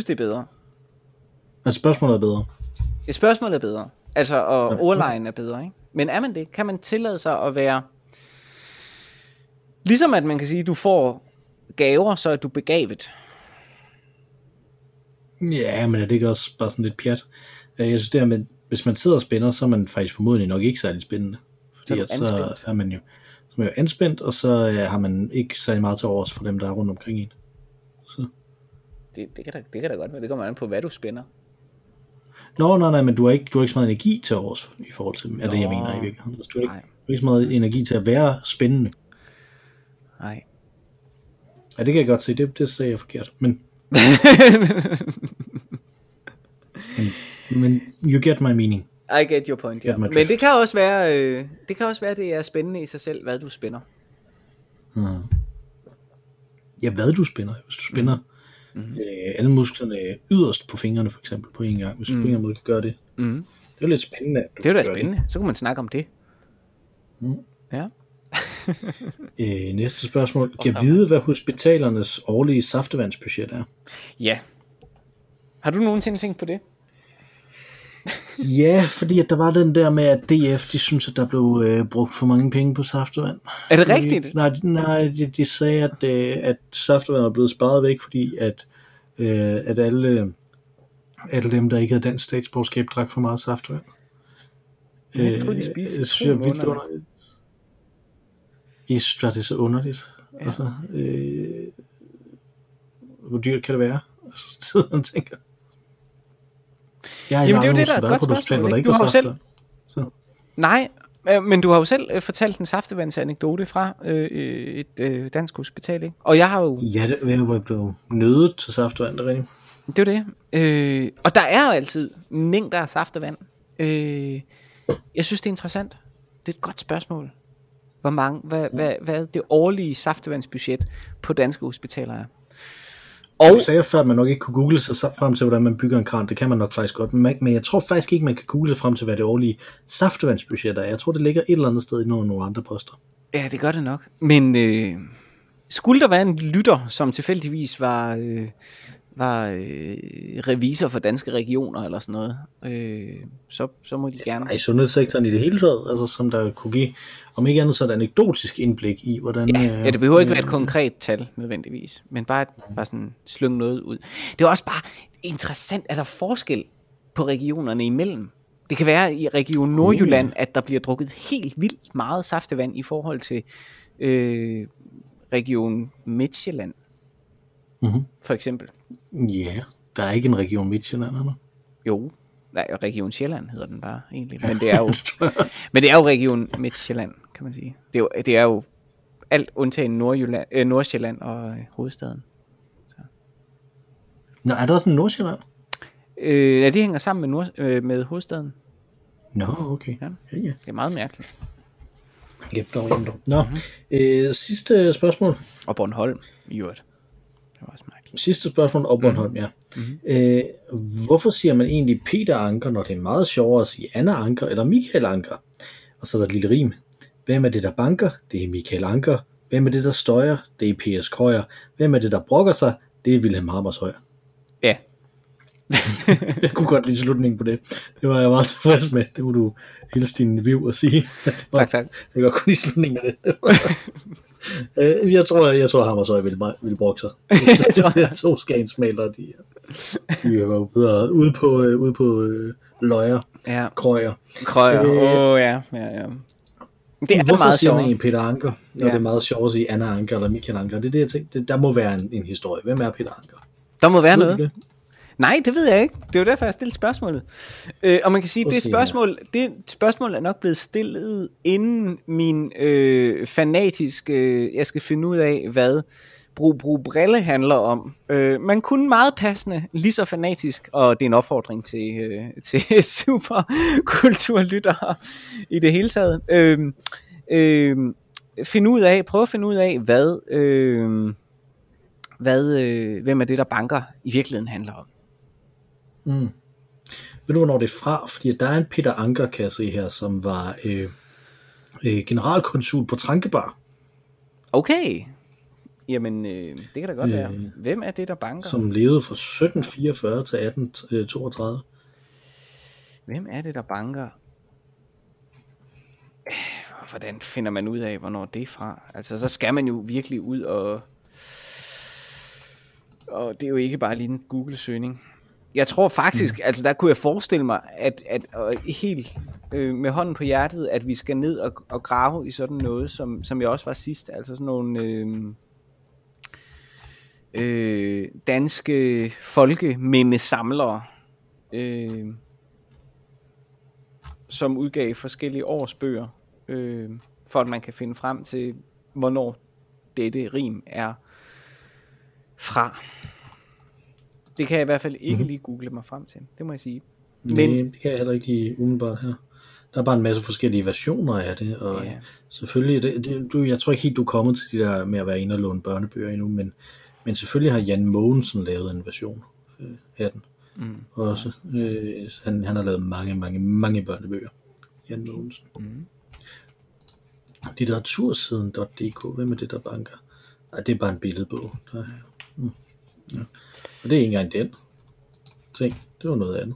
Speaker 1: Altså, spørgsmålet er bedre.
Speaker 2: Spørgsmålet er bedre. Altså, og ordlejen er bedre, ikke? Men er man det? Kan man tillade sig at være... Ligesom at man kan sige, at du får gaver, så er du begavet.
Speaker 1: Ja, men er det ikke også bare sådan lidt pjat? Jeg synes det her med, hvis man sidder og spænder, så er man faktisk formodentlig nok ikke særlig spændende. Fordi så er man jo anspændt, og så har man ikke særlig meget til overs for dem, der er rundt omkring en. Så. Det
Speaker 2: kan da godt være. Det kommer an på, hvad du spænder.
Speaker 1: Nej, men du har ikke så meget energi til overs i forhold til dem. Er det, jeg mener i virkeligheden. Altså, du har ikke så meget energi til at være spændende.
Speaker 2: Nej.
Speaker 1: Ja, det kan jeg godt se. Det sagde jeg forkert. Men you get my meaning.
Speaker 2: I get your point, ja. Men det kan også være, det er spændende i sig selv, hvad du spænder.
Speaker 1: Ja, hvad du spænder. Hvis du spænder alle musklerne yderst på fingrene, for eksempel, på en gang. Hvis du på en gang kan gøre det. Det er lidt spændende.
Speaker 2: Det er jo da spændende. Så kunne man snakke om det. Ja.
Speaker 1: Næste spørgsmål. Kan jeg vide, hvad hospitalernes årlige saftevandsbudget er?
Speaker 2: Ja. Har du nogensinde tænkt på det?
Speaker 1: Ja, fordi at der var den der med, at DF, de synes, at der blev brugt for mange penge på saftevand.
Speaker 2: Er det rigtigt?
Speaker 1: Nej, de sagde, at saftevand er blevet sparet væk, fordi at alle dem, der ikke havde dansk statsborgerskab, drak for meget saftevand.
Speaker 2: Jeg tror, de spiser
Speaker 1: I synes, det er så underligt. Ja. Altså, hvor dyrt kan det være? Så sidder man og tænker.
Speaker 2: Jamen, det er jo det, der er et godt spørgsmål. Du har jo selv... Nej, men du har jo selv fortalt en saftevandsanekdote fra et dansk hospital, ikke? Og jeg har jo...
Speaker 1: Ja, det er, hvor jeg blev nødet til saftevand, det er rigtigt.
Speaker 2: Det er det. Og der er jo altid mængder af saftevand. Jeg synes, det er interessant. Det er et godt spørgsmål. Hvor mange, hvad det årlige saftevandsbudget på danske hospitaler er.
Speaker 1: Og du sagde før, at man nok ikke kunne google sig frem til, hvordan man bygger en kran. Det kan man nok faktisk godt. Men jeg tror faktisk ikke, man kan google sig frem til, hvad det årlige saftevandsbudget er. Jeg tror, det ligger et eller andet sted i nogle andre poster.
Speaker 2: Ja, det gør det nok. Men skulle der være en lytter, som tilfældigvis var revisor for danske regioner eller sådan noget, så må de gerne...
Speaker 1: I sundhedssektoren i det hele taget, altså som der kunne give, om ikke andet så et anekdotisk indblik i, hvordan...
Speaker 2: Ja, det behøver ikke være et konkret tal nødvendigvis, men bare sådan slynge noget ud. Det er også bare interessant, at der er forskel på regionerne imellem. Det kan være i Region Nordjylland, at der bliver drukket helt vildt meget saftevand i forhold til Region Midtjylland. For eksempel.
Speaker 1: Ja, der er ikke en Region Midtjylland, eller?
Speaker 2: Jo, nej, Region Sjælland hedder den bare egentlig, men det er jo, Region Midtjylland, kan man sige. Det er jo alt undtagen Nordsjælland og hovedstaden. Så.
Speaker 1: Nå, er der også en Nordsjælland?
Speaker 2: Ja, de hænger sammen med hovedstaden.
Speaker 1: Nå, okay.
Speaker 2: Ja. Det er meget mærkeligt.
Speaker 1: Nå, sidste spørgsmål.
Speaker 2: Og Bornholm, i øvrigt. Det var også mærkeligt.
Speaker 1: Sidste spørgsmål om Bornholm, ja. Hvorfor siger man egentlig Peter Anker, når det er meget sjovere at sige Anna Anker eller Michael Anker? Og så er der et lille rim. Hvem er det, der banker? Det er Michael Anker. Hvem er det, der støjer? Det er P.S. Krøyer. Hvem er det, der brokker sig? Det er Wilhelm Hammershøi.
Speaker 2: Ja.
Speaker 1: Jeg kunne godt lide slutningen på det. Det var jeg meget tilfreds med. Det må du hilse din viv og sige.
Speaker 2: Tak.
Speaker 1: Jeg kan godt lide slutningen af det. Jeg tror Hammershøi vil brokke sig. Det er to skagensmalere, de her. Vi var jo bedre ude på løjer.
Speaker 2: Ja.
Speaker 1: Krøjer.
Speaker 2: Ja. Det er
Speaker 1: hvorfor
Speaker 2: meget
Speaker 1: siger
Speaker 2: sjovt.
Speaker 1: man en Peter Anker, når det er meget sjovt at sige Anna Anker eller Michael Anker? Det er det, jeg tænkte. Der må være en historie. Hvem er Peter Anker?
Speaker 2: Der må være noget. Det? Nej, det ved jeg ikke. Det er jo derfor, jeg stillede spørgsmålet. Og man kan sige, det spørgsmål er nok blevet stillet inden min fanatiske, jeg skal finde ud af, hvad brug brille handler om. Man kunne meget passende, lige så fanatisk, og det er en opfordring til superkulturlyttere i det hele taget. Prøv at finde ud af, hvem er det, der banker i virkeligheden handler om.
Speaker 1: Ved du, hvornår det er fra? Fordi der er en Peter Anker-kasse i her, som var generalkonsul på Trankebar.
Speaker 2: Okay. Jamen, det kan da godt være. Hvem er det, der banker?
Speaker 1: Som levede fra 1744 til 1832.
Speaker 2: Hvem er det, der banker? Hvordan finder man ud af, hvornår det er fra? Altså, så skal man jo virkelig ud og det er jo ikke bare lige en Google-søgning. Jeg tror faktisk, altså der kunne jeg forestille mig, at helt med hånden på hjertet, at vi skal ned og grave i sådan noget, som jeg også var sidst, altså sådan nogle danske folkemindesamlere, som udgav forskellige årsbøger, for at man kan finde frem til, hvornår dette rim er fra. Det kan jeg i hvert fald ikke lige google mig frem til, det må jeg sige.
Speaker 1: Men det kan jeg heller ikke lige umiddelbart her. Der er bare en masse forskellige versioner af det, og selvfølgelig, jeg tror ikke helt, du er kommet til de der med at være inde og låne børnebøger endnu, men selvfølgelig har Jan Mogensen lavet en version af den. Også. Han har lavet mange børnebøger. Jan Mogensen. Litteratursiden.dk, hvem er det, der banker? Nej, det er bare en billedbog. Ja. Og det er ikke engang den. Tænk, det var noget andet.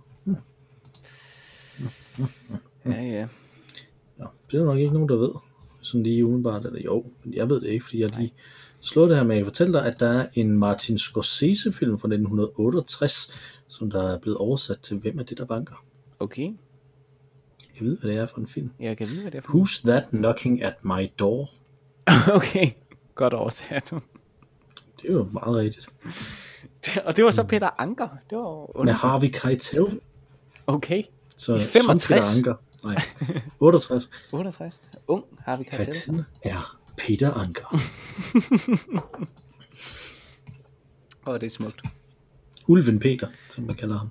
Speaker 2: Ja.
Speaker 1: Ja, det er nok ikke nogen, der ved. Sådan lige umiddelbart, eller jo, men jeg ved det ikke, fordi jeg lige slår det her med at fortælle dig, at der er en Martin Scorsese-film fra 1968, som der er blevet oversat til Hvem er det, der banker?
Speaker 2: Okay.
Speaker 1: Jeg kan vide, hvad det er for en film.
Speaker 2: Jeg kan vide, hvad det er for en
Speaker 1: Who's That Knocking at My Door?
Speaker 2: Okay, godt oversat.
Speaker 1: Det er jo meget rigtigt.
Speaker 2: Og det var så Peter Anker. Det var
Speaker 1: med Harvey Keitel.
Speaker 2: Okay.
Speaker 1: Så
Speaker 2: 65.
Speaker 1: Peter Anker. Nej, 68.
Speaker 2: 68. Ung Harvey Keitel.
Speaker 1: Er Peter Anker.
Speaker 2: Det er smukt.
Speaker 1: Ulven Peter, som man kalder ham.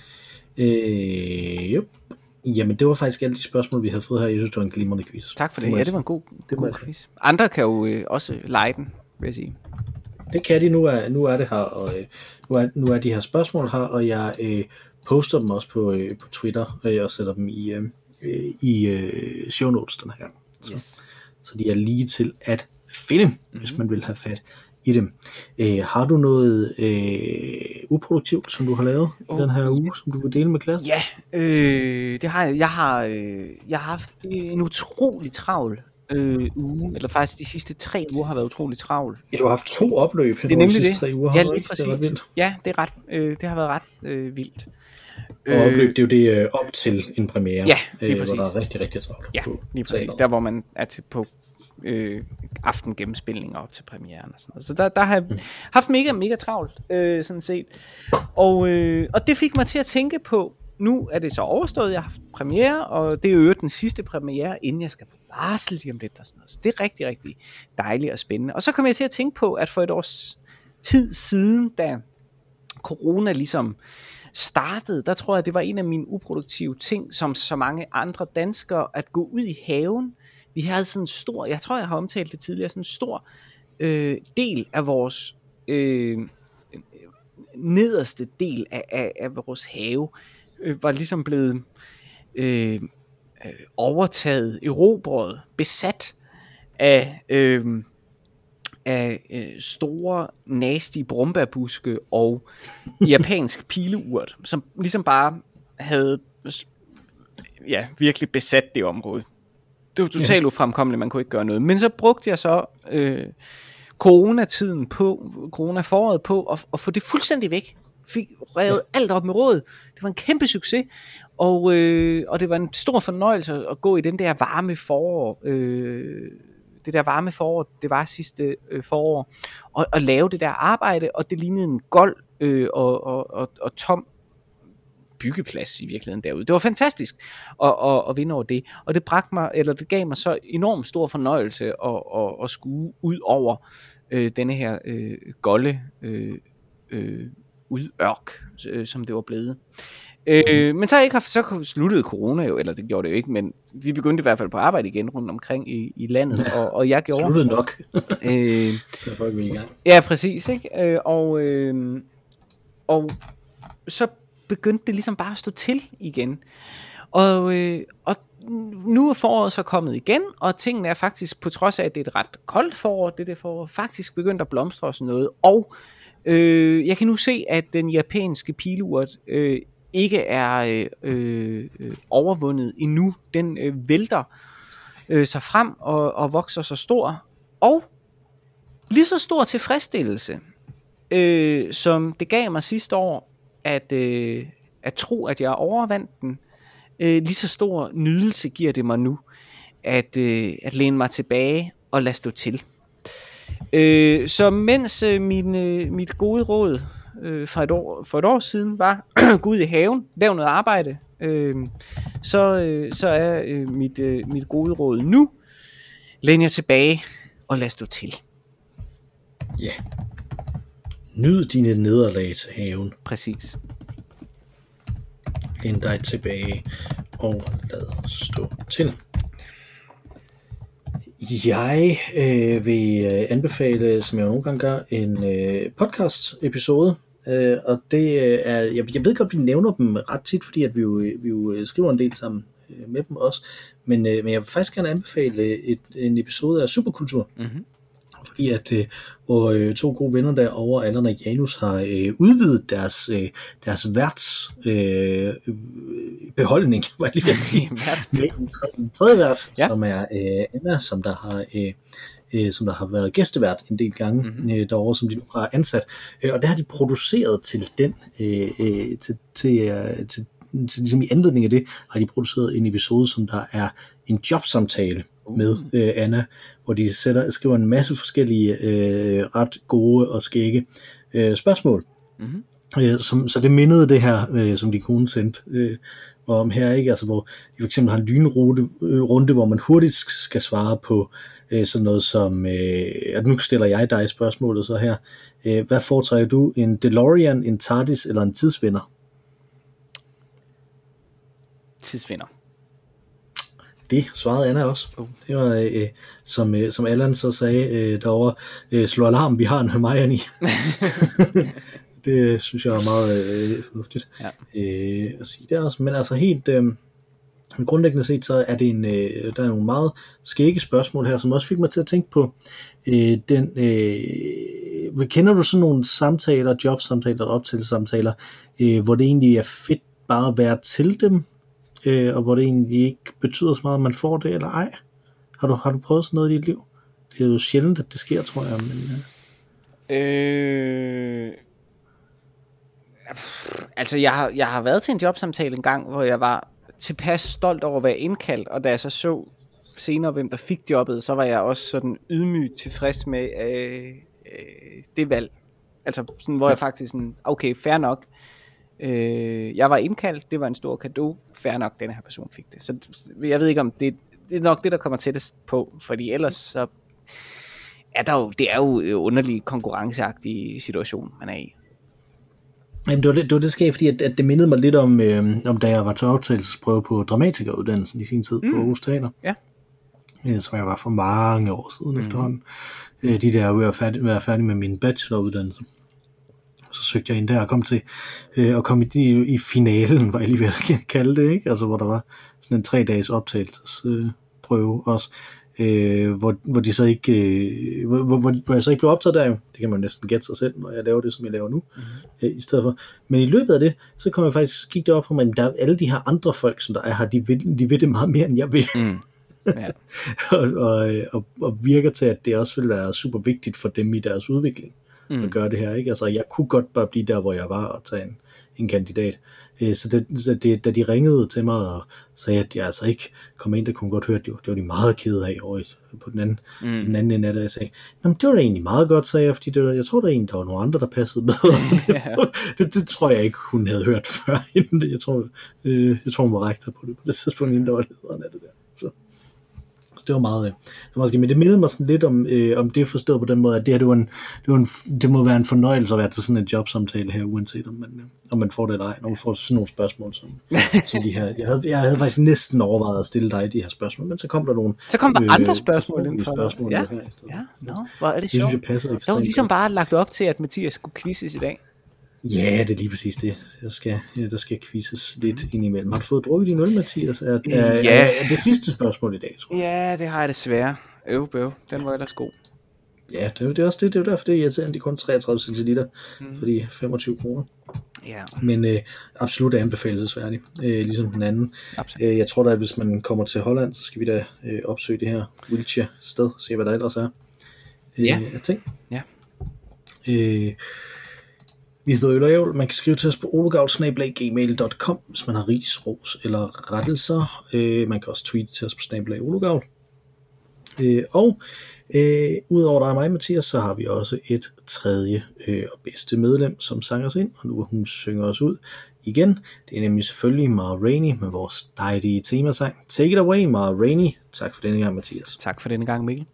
Speaker 2: Ja.
Speaker 1: Jamen, det var faktisk alle de spørgsmål, vi havde fået her. Jeg synes, det var en glimrende quiz.
Speaker 2: Tak for det. Ja, det var en god quiz. Andre kan jo også lege den, vil jeg sige.
Speaker 1: Det kan de. Nu er det her, og nu er de her spørgsmål her, og jeg poster dem også på Twitter, og sætter dem i show notes den her gang. Så de er lige til at finde, hvis man vil have fat i dem. Har du noget uproduktivt, som du har lavet den her uge, som du vil dele med klassen?
Speaker 2: Ja, det har jeg. Jeg har haft en utrolig travl uge, eller faktisk de sidste 3 uger har været utrolig travl.
Speaker 1: Ja, du har haft 2 opløb
Speaker 2: det er nemlig
Speaker 1: de sidste 3 uger.
Speaker 2: Ja, lige præcis. Det er ret vildt. Ja, det har været ret vildt.
Speaker 1: Og opløb, det er jo det op til en premiere,
Speaker 2: lige præcis.
Speaker 1: hvor der er rigtig, rigtig travlt.
Speaker 2: Ja, lige præcis. Der, hvor man er til på aftengennemspilninger op til premieren og sådan noget. Så der har jeg haft mega travlt, sådan set. Og det fik mig til at tænke på, nu er det så overstået, jeg har haft premiere, og det er jo den sidste premiere, inden jeg skal på barsel lige om lidt og sådan noget. Så det er rigtig, rigtig dejligt og spændende. Og så kom jeg til at tænke på, at for et års tid siden, da corona ligesom startede, der tror jeg, det var en af mine uproduktive ting, som så mange andre danskere, at gå ud i haven. Vi havde sådan en stor, jeg tror jeg har omtalt det tidligere, sådan en stor del af vores nederste del af vores have, var ligesom blevet overtaget, erobret, besat af store, nasty brombærbuske og japansk pileurt, som ligesom bare havde virkelig besat det område. Det var totalt ufremkommeligt, man kunne ikke gøre noget. Men så brugte jeg så coronaforåret på at få det fuldstændig væk. fik revet alt op med råd. Det var en kæmpe succes, og det var en stor fornøjelse at gå i den der varme forår, det der varme forår, det var sidste forår, og lave det der arbejde, og det lignede en gold og tom byggeplads i virkeligheden derude. Det var fantastisk at vinde over det, og det gav mig så enormt stor fornøjelse at skue ud over denne her golde udørk, som det var blevet. Men så sluttede corona jo, eller det gjorde det jo ikke, men vi begyndte i hvert fald på arbejde igen rundt omkring i landet, og jeg gjorde...
Speaker 1: Sluttede nok. Så folk vil i gang.
Speaker 2: Ja, præcis, ikke? Og så begyndte det ligesom bare at stå til igen. Og nu er foråret så kommet igen, og tingene er faktisk, på trods af, at det er et ret koldt forår, det der forår, faktisk begyndt at blomstre og sådan noget. Og jeg kan nu se, at den japanske pilurt ikke er overvundet endnu. Den vælter sig frem og vokser så stor. Og lige så stor tilfredsstillelse, som det gav mig sidste år, at tro, at jeg overvandt den, lige så stor nydelse giver det mig nu, at læne mig tilbage og lade stå til. Så mens mit gode råd for et år siden var, gå ud i haven, lav noget arbejde, så er mit gode råd nu, læn jer tilbage og lad stå til.
Speaker 1: Ja. Yeah. Nyd dine nederlag til haven.
Speaker 2: Præcis.
Speaker 1: Læn dig tilbage og lad stå til. Jeg vil anbefale, som jeg nogle gange gør, en podcast episode, og det er, jeg ved godt, vi nævner dem ret tit, fordi at vi jo skriver en del sammen med dem også, men jeg vil faktisk gerne anbefale en episode af Superkultur, fordi at hvor to gode venner derovre, Allan og Janus, har udvidet deres værts beholdning, hvad jeg lige vil sige, en tredje vært, ja. Som er Anna, som der har været gæstevært en del gange derovre, som de nu har ansat, og der har de produceret til den til ligesom i anledning af det har de produceret en episode, som der er en jobsamtale med Anna, hvor de skriver en masse forskellige ret gode og skægge spørgsmål. Så det mindede det her, som de kone sendte om her, ikke? Altså hvor de for eksempel har en lynrunde, hvor man hurtigt skal svare på sådan noget som, at nu stiller jeg dig spørgsmålet så her. Hvad foretrækker du? En DeLorean, en TARDIS eller en tidsvinder?
Speaker 2: Tidsvinder.
Speaker 1: Det svarede Anna også. Det var, som Allan så sagde derovre, slå alarm, vi har en Hermione. Det synes jeg er meget fornuftigt at sige der også. Men altså helt grundlæggende set, så er det der er nogle meget skægge spørgsmål her, som også fik mig til at tænke på kender du sådan nogle samtaler, jobsamtaler, optagelsessamtaler, hvor det egentlig er fedt bare at være til dem, og hvor det egentlig ikke betyder så meget, at man får det eller ej? Har du prøvet sådan noget i dit liv? Det er jo sjældent, at det sker, tror jeg. Men,
Speaker 2: altså jeg har været til en jobsamtale en gang, hvor jeg var tilpas stolt over at være indkaldt, og da jeg så senere, hvem der fik jobbet, så var jeg også sådan ydmygt tilfreds med det valg. Altså sådan, hvor jeg faktisk sådan, okay, fair nok. Jeg var indkaldt, det var en stor cadeau, fair nok, denne her person fik det. Så jeg ved ikke, om det er nok det, der kommer tættest på, fordi ellers så det er jo en underlig konkurrenceagtig situation, man er i.
Speaker 1: Jamen, det var det skægt, fordi at det mindede mig lidt om da jeg var til optagelsesprøve på dramatikeruddannelsen i sin tid på Aarhus Teater. Ja. Som jeg var for mange år siden efterhånden. De der var være færdig med min bacheloruddannelse. Så søgte jeg ind der og kom til at komme i finalen, var jeg lige ved at kalde det, ikke? Altså hvor der var sådan en 3-dages optagelsesprøve også, hvor de så ikke hvor jeg så ikke blev optaget der jo. Det kan man næsten gætte sig selv, når jeg laver det, som jeg laver nu, i stedet for. Men i løbet af det, så kom jeg faktisk, gik det op for mig, at der er alle de her andre folk, som der er her, de vil det meget mere, end jeg vil. Ja. og virker til, at det også vil være super vigtigt for dem i deres udvikling at gøre det her, ikke? Altså, jeg kunne godt bare blive der, hvor jeg var, og tage en kandidat. Så da de ringede til mig og sagde, at jeg altså ikke kom ind, der kunne godt høre, at det var de meget kede af over på den anden ende af det. Jeg sagde, det var da egentlig meget godt, sagde jeg, fordi jeg tror, der var nogle andre, der passede bedre. det tror jeg ikke, hun havde hørt før inden det. Jeg tror hun var rektor på det tidspunkt, inden der var lederen af det der. Så det var meget, men det mindede mig sådan lidt om det forstået på den måde, at det her, det må være en fornøjelse at være til sådan en jobsamtale her, uanset om man får det eller ej, når man får sådan nogle spørgsmål som de her. Jeg havde faktisk næsten overvejet at stille dig de her spørgsmål, men så kom der nogle
Speaker 2: andre spørgsmål ind for
Speaker 1: spørgsmål
Speaker 2: ja, hvor er det sjovt. Det var ligesom bare lagt op til, at Mathias skulle quizzes i dag.
Speaker 1: Ja, det er lige præcis det. Der skal quizzes lidt indimellem. Har du fået drukket din øl, Mathias? Er det sidste spørgsmål i dag, tror jeg?
Speaker 2: Ja, det har jeg desværre. Bøv. Den var ellers god.
Speaker 1: Ja, det er også det. Det er jo derfor, det er irriterende. De er kun 33 centiliter for de 25 kroner.
Speaker 2: Ja.
Speaker 1: Men absolut anbefalesværdig, ligesom den anden. Jeg tror da, at hvis man kommer til Holland, så skal vi da opsøge det her wheelchair-sted, se hvad der ellers er af ting.
Speaker 2: Ja.
Speaker 1: Vi hedder Øl og Ævl. Man kan skrive til os på ologavl@gmail.com, hvis man har ris, ros eller rettelser. Man kan også tweete til os på @ologavl. Og udover dig og mig, Mathias, så har vi også et tredje og bedste medlem, som sang os ind, og nu hun synger os ud igen. Det er nemlig selvfølgelig Ma Rainey med vores dejlige temasang. Take it away, Ma Rainey. Tak for denne gang, Mathias.
Speaker 2: Tak for denne gang, Mikkel.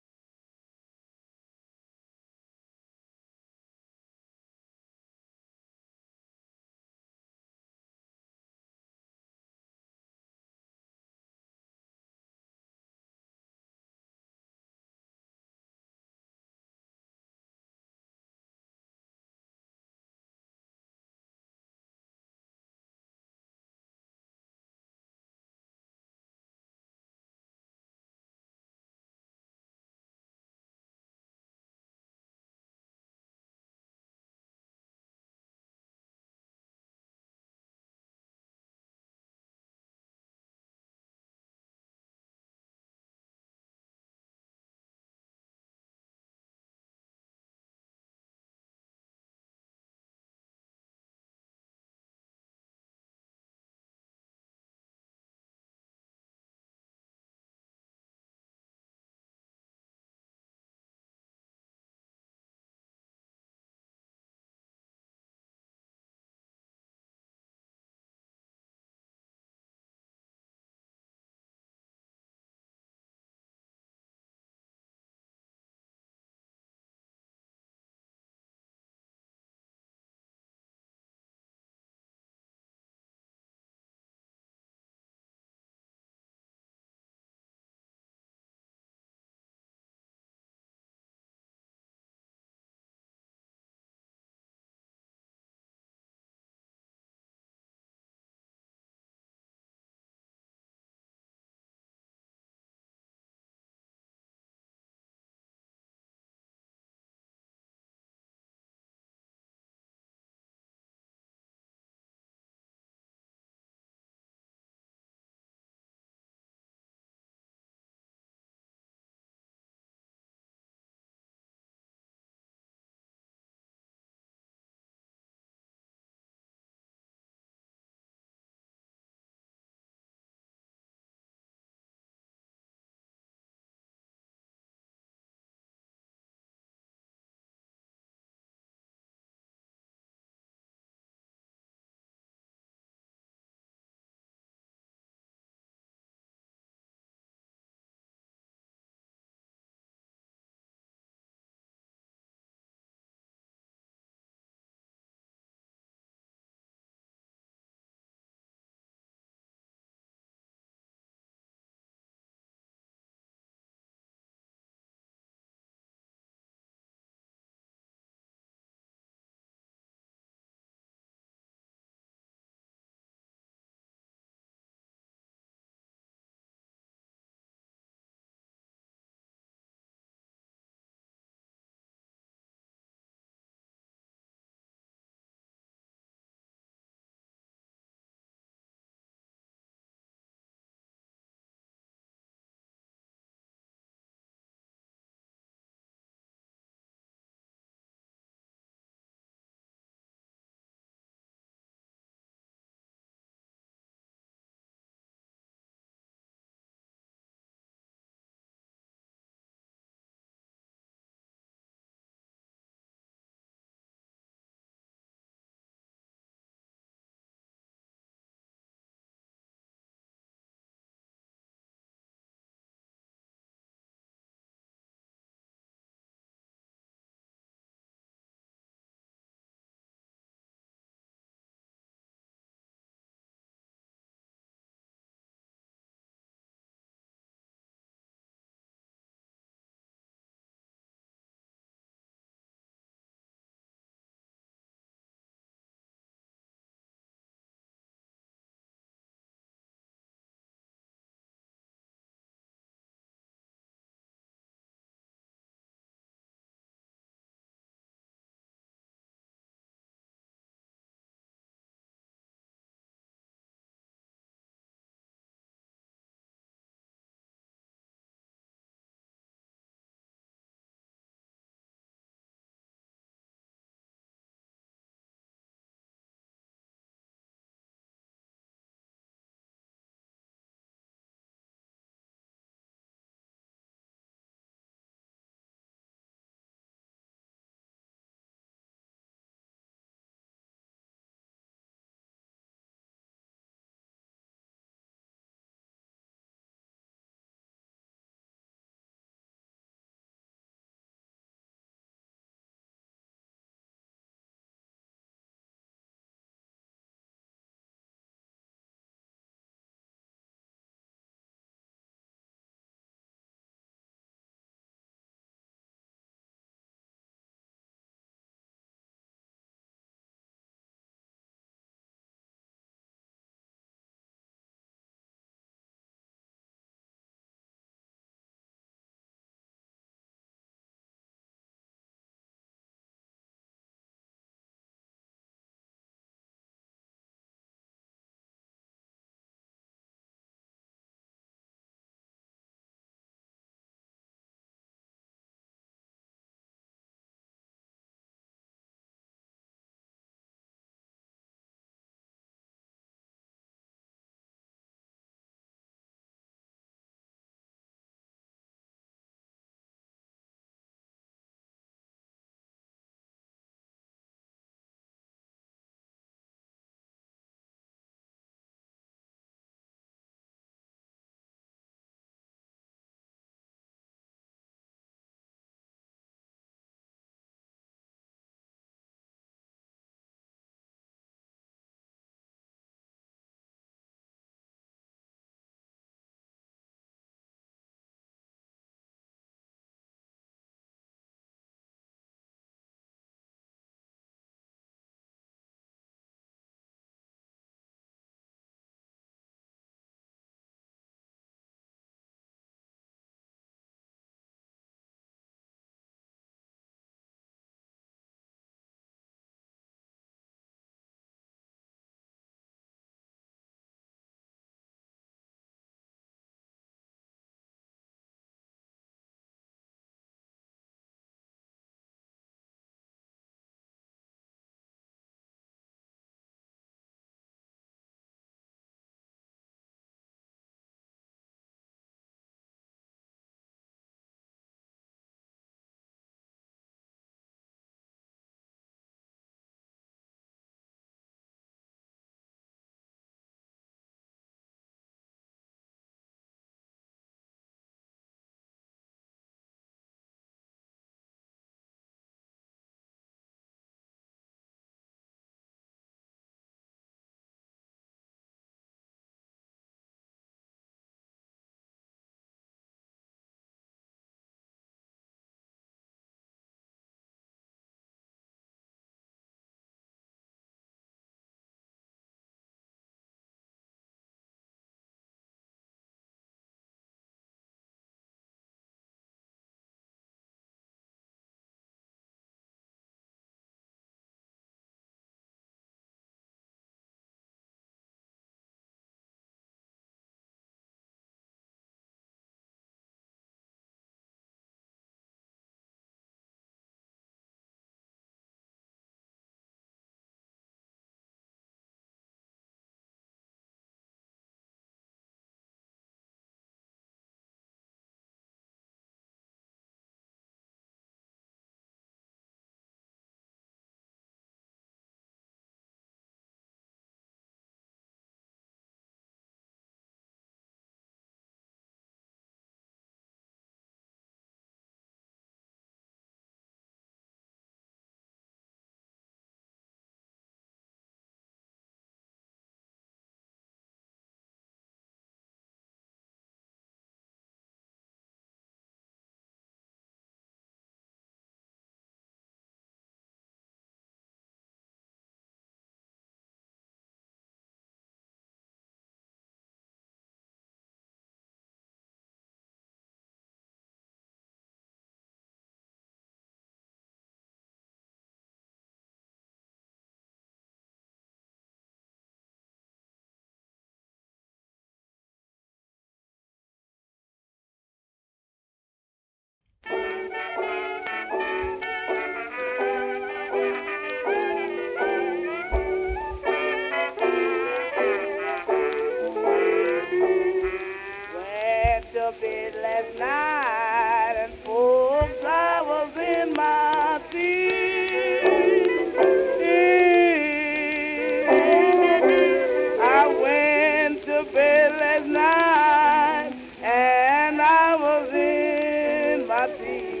Speaker 3: tea.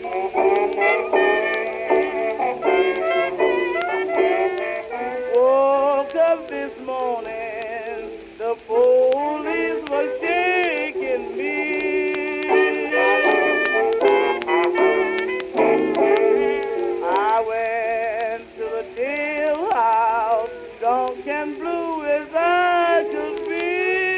Speaker 3: Woke up this morning, the police were shaking me. I went to the jailhouse, drunk and blue as I could be.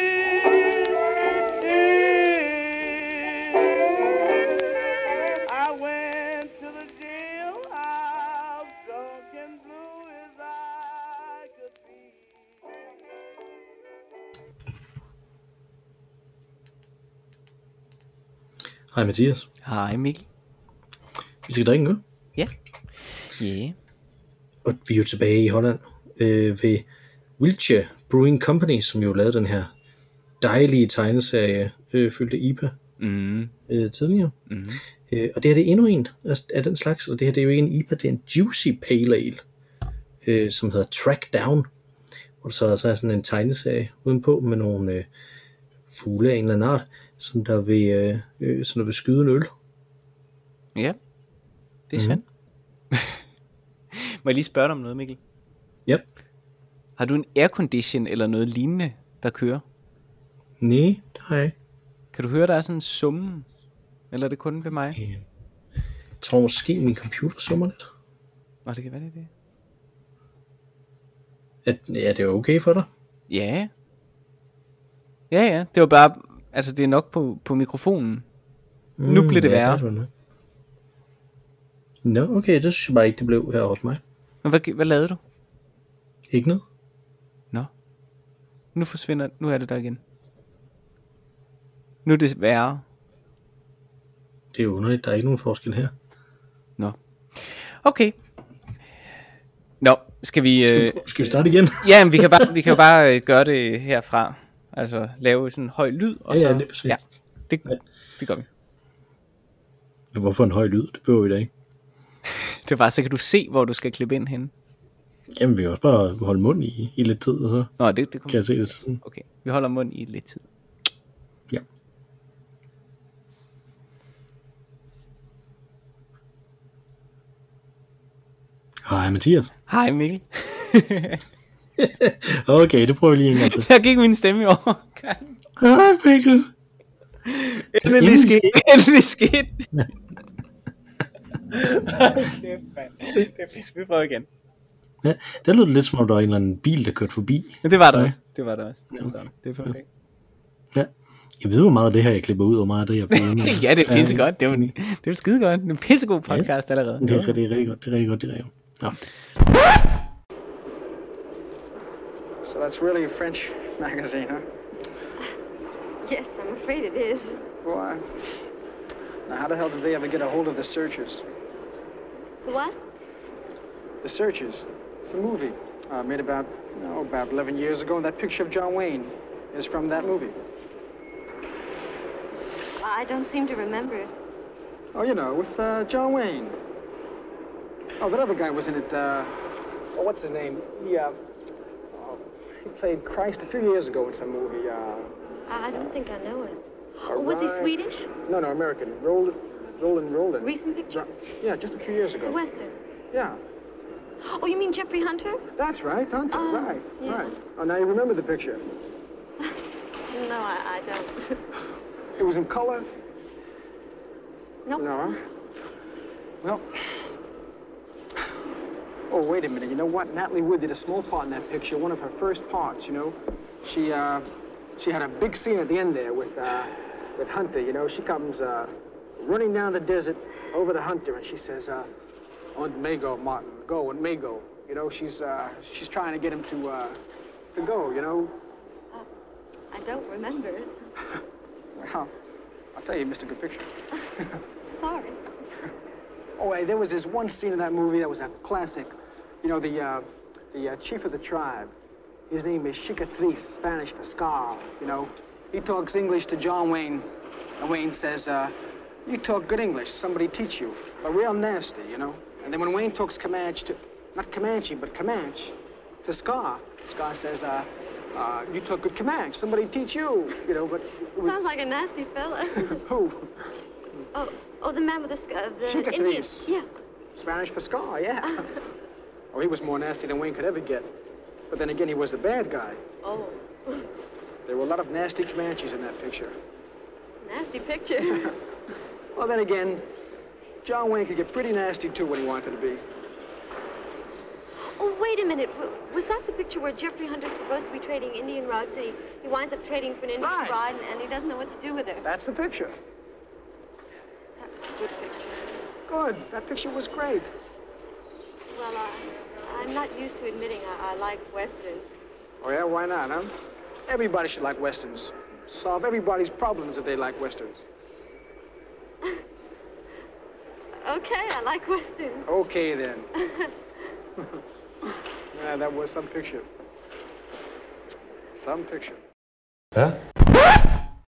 Speaker 3: I went to the jailhouse, drunk and blue as I could be.
Speaker 1: Hej Mathias.
Speaker 2: Hej Mikkel.
Speaker 1: Vi skal drikke en øl.
Speaker 2: Ja. Yeah.
Speaker 1: Og vi er jo tilbage i Holland ved Wiltshire Brewing Company, som jo lavede den her dejlige tegneserie, fyldte IPA tidligere. Og det her det er endnu en af den slags, og det her det er jo ikke en IPA, det er en Juicy Pale Ale, som hedder Track Down, hvor der så er sådan en tegneserie udenpå med nogle fugle af en eller anden art, som der vil skyde en øl.
Speaker 2: Ja, det er sandt. Må jeg lige spørge dig om noget, Mikkel?
Speaker 1: Ja.
Speaker 2: Har du en aircondition eller noget lignende, der kører?
Speaker 1: Nej, det har jeg ikke.
Speaker 2: Kan du høre, der er sådan en summe? Eller er det kun ved mig?
Speaker 1: Jeg tror måske, min computer summer lidt.
Speaker 2: Nå, det kan være det.
Speaker 1: Ja, det er okay for dig?
Speaker 2: Ja. Ja, det var bare... Altså, det er nok på mikrofonen. Nu blev det værre.
Speaker 1: Nå, okay, det synes jeg bare ikke, det blev her hos mig.
Speaker 2: Men hvad lavede du?
Speaker 1: Ikke noget.
Speaker 2: Nå. Nu er det der igen. Nu er det værre.
Speaker 1: Det er jo underligt, der er ikke nogen forskel her.
Speaker 2: Nå. Okay. Nå, skal vi
Speaker 1: starte igen?
Speaker 2: Ja, men vi kan jo bare gøre det herfra. Altså lave sådan en høj lyd og så.
Speaker 1: Ja, det er præcis.
Speaker 2: Ja. Det gør vi.
Speaker 1: Hvorfor en høj lyd? Det behøver vi da ikke.
Speaker 2: Det er bare, så kan du se, hvor du skal klippe ind henne.
Speaker 1: Jamen, vi kan også bare holde mund i lidt tid, og så
Speaker 2: Nå, det
Speaker 1: kan jeg se det sådan.
Speaker 2: Okay, vi holder mund i lidt tid.
Speaker 1: Ja. Hej Mathias.
Speaker 2: Hej Mikkel.
Speaker 1: Okay, det prøver vi lige en gang til.
Speaker 2: Der gik min stemme i overgang.
Speaker 1: Hej Mikkel.
Speaker 2: Endelig sket. Kæft, mand. Det er fisk, vi prøver igen.
Speaker 1: Ja, det lød lidt som om der var en eller anden bil, der kørte forbi.
Speaker 2: Ja, det var der også. Det er perfekt.
Speaker 1: Ja. Jeg ved, hvor meget af det her, jeg klipper ud, og meget af det, jeg bruger med.
Speaker 2: Ja, det er pissegodt. Det er jo skide godt. Det er en pissegod podcast allerede.
Speaker 1: Det er rigtig godt. Det er rigtig godt. Ja.
Speaker 4: So that's really a French magazine, huh?
Speaker 5: Yes, I'm afraid it is.
Speaker 4: Why? Now, how the hell did they ever get a hold of The Searchers?
Speaker 5: The what?
Speaker 4: The Searchers. It's a movie made about 11 years ago, and that picture of John Wayne is from that movie.
Speaker 5: I don't seem to remember it.
Speaker 4: Oh, you know, with John Wayne. Oh, that other guy was in it. What's his name? He played Christ a few years ago in some movie.
Speaker 5: I don't think I know it. Oh, was he Swedish?
Speaker 4: No, American. Roland.
Speaker 5: Recent picture?
Speaker 4: Yeah, just a few years ago.
Speaker 5: It's a Western.
Speaker 4: Yeah.
Speaker 5: Oh, you mean Jeffrey Hunter?
Speaker 4: That's right, Hunter. Right. Oh, now you remember the picture.
Speaker 5: No, I don't.
Speaker 4: It was in color?
Speaker 5: Nope.
Speaker 4: No. Well. Oh, wait a minute. You know what? Natalie Wood did a small part in that picture, one of her first parts, you know. She had a big scene at the end there with Hunter, you know. She comes running down the desert over the Hunter, and she says, "On may go, Martin. Go, and may go." You know, she's trying to get him to go, you know.
Speaker 5: I don't remember it.
Speaker 4: Well, I'll tell you, you missed a good picture.
Speaker 5: Sorry.
Speaker 4: Oh, hey, there was this one scene in that movie that was a classic. You know, the chief of the tribe, his name is Cicatriz, Spanish for scar, you know. He talks English to John Wayne, and Wayne says, "You talk good English, somebody teach you, but real nasty, you know." And then when Wayne talks Comanche not Comanche, but Comanche, to Scar, Scar says, "You talk good Comanche, somebody teach you," you know, but...
Speaker 5: Sounds like a nasty fella.
Speaker 4: Who?
Speaker 5: Oh, the man with the Indian. Yeah.
Speaker 4: Spanish for scar, yeah. Oh, he was more nasty than Wayne could ever get. But then again, he was the bad guy.
Speaker 5: Oh.
Speaker 4: There were a lot of nasty Comanches in that picture.
Speaker 5: It's a nasty picture.
Speaker 4: Well, then again, John Wayne could get pretty nasty, too, when he wanted to be.
Speaker 5: Oh, wait a minute. Was that the picture where Jeffrey Hunter's supposed to be trading Indian rugs, and he winds up trading for an Indian bride, and he doesn't know what to do with her?
Speaker 4: That's the picture.
Speaker 5: That's a good picture.
Speaker 4: Good. That picture was great.
Speaker 5: Well, I'm not used to admitting I like Westerns.
Speaker 4: Oh, yeah? Why not, huh? Everybody should like Westerns. Solve everybody's problems if they like Westerns.
Speaker 5: Okay, I like Westerns.
Speaker 4: Okay, then. Yeah, that was some picture. Some picture.
Speaker 6: Ja?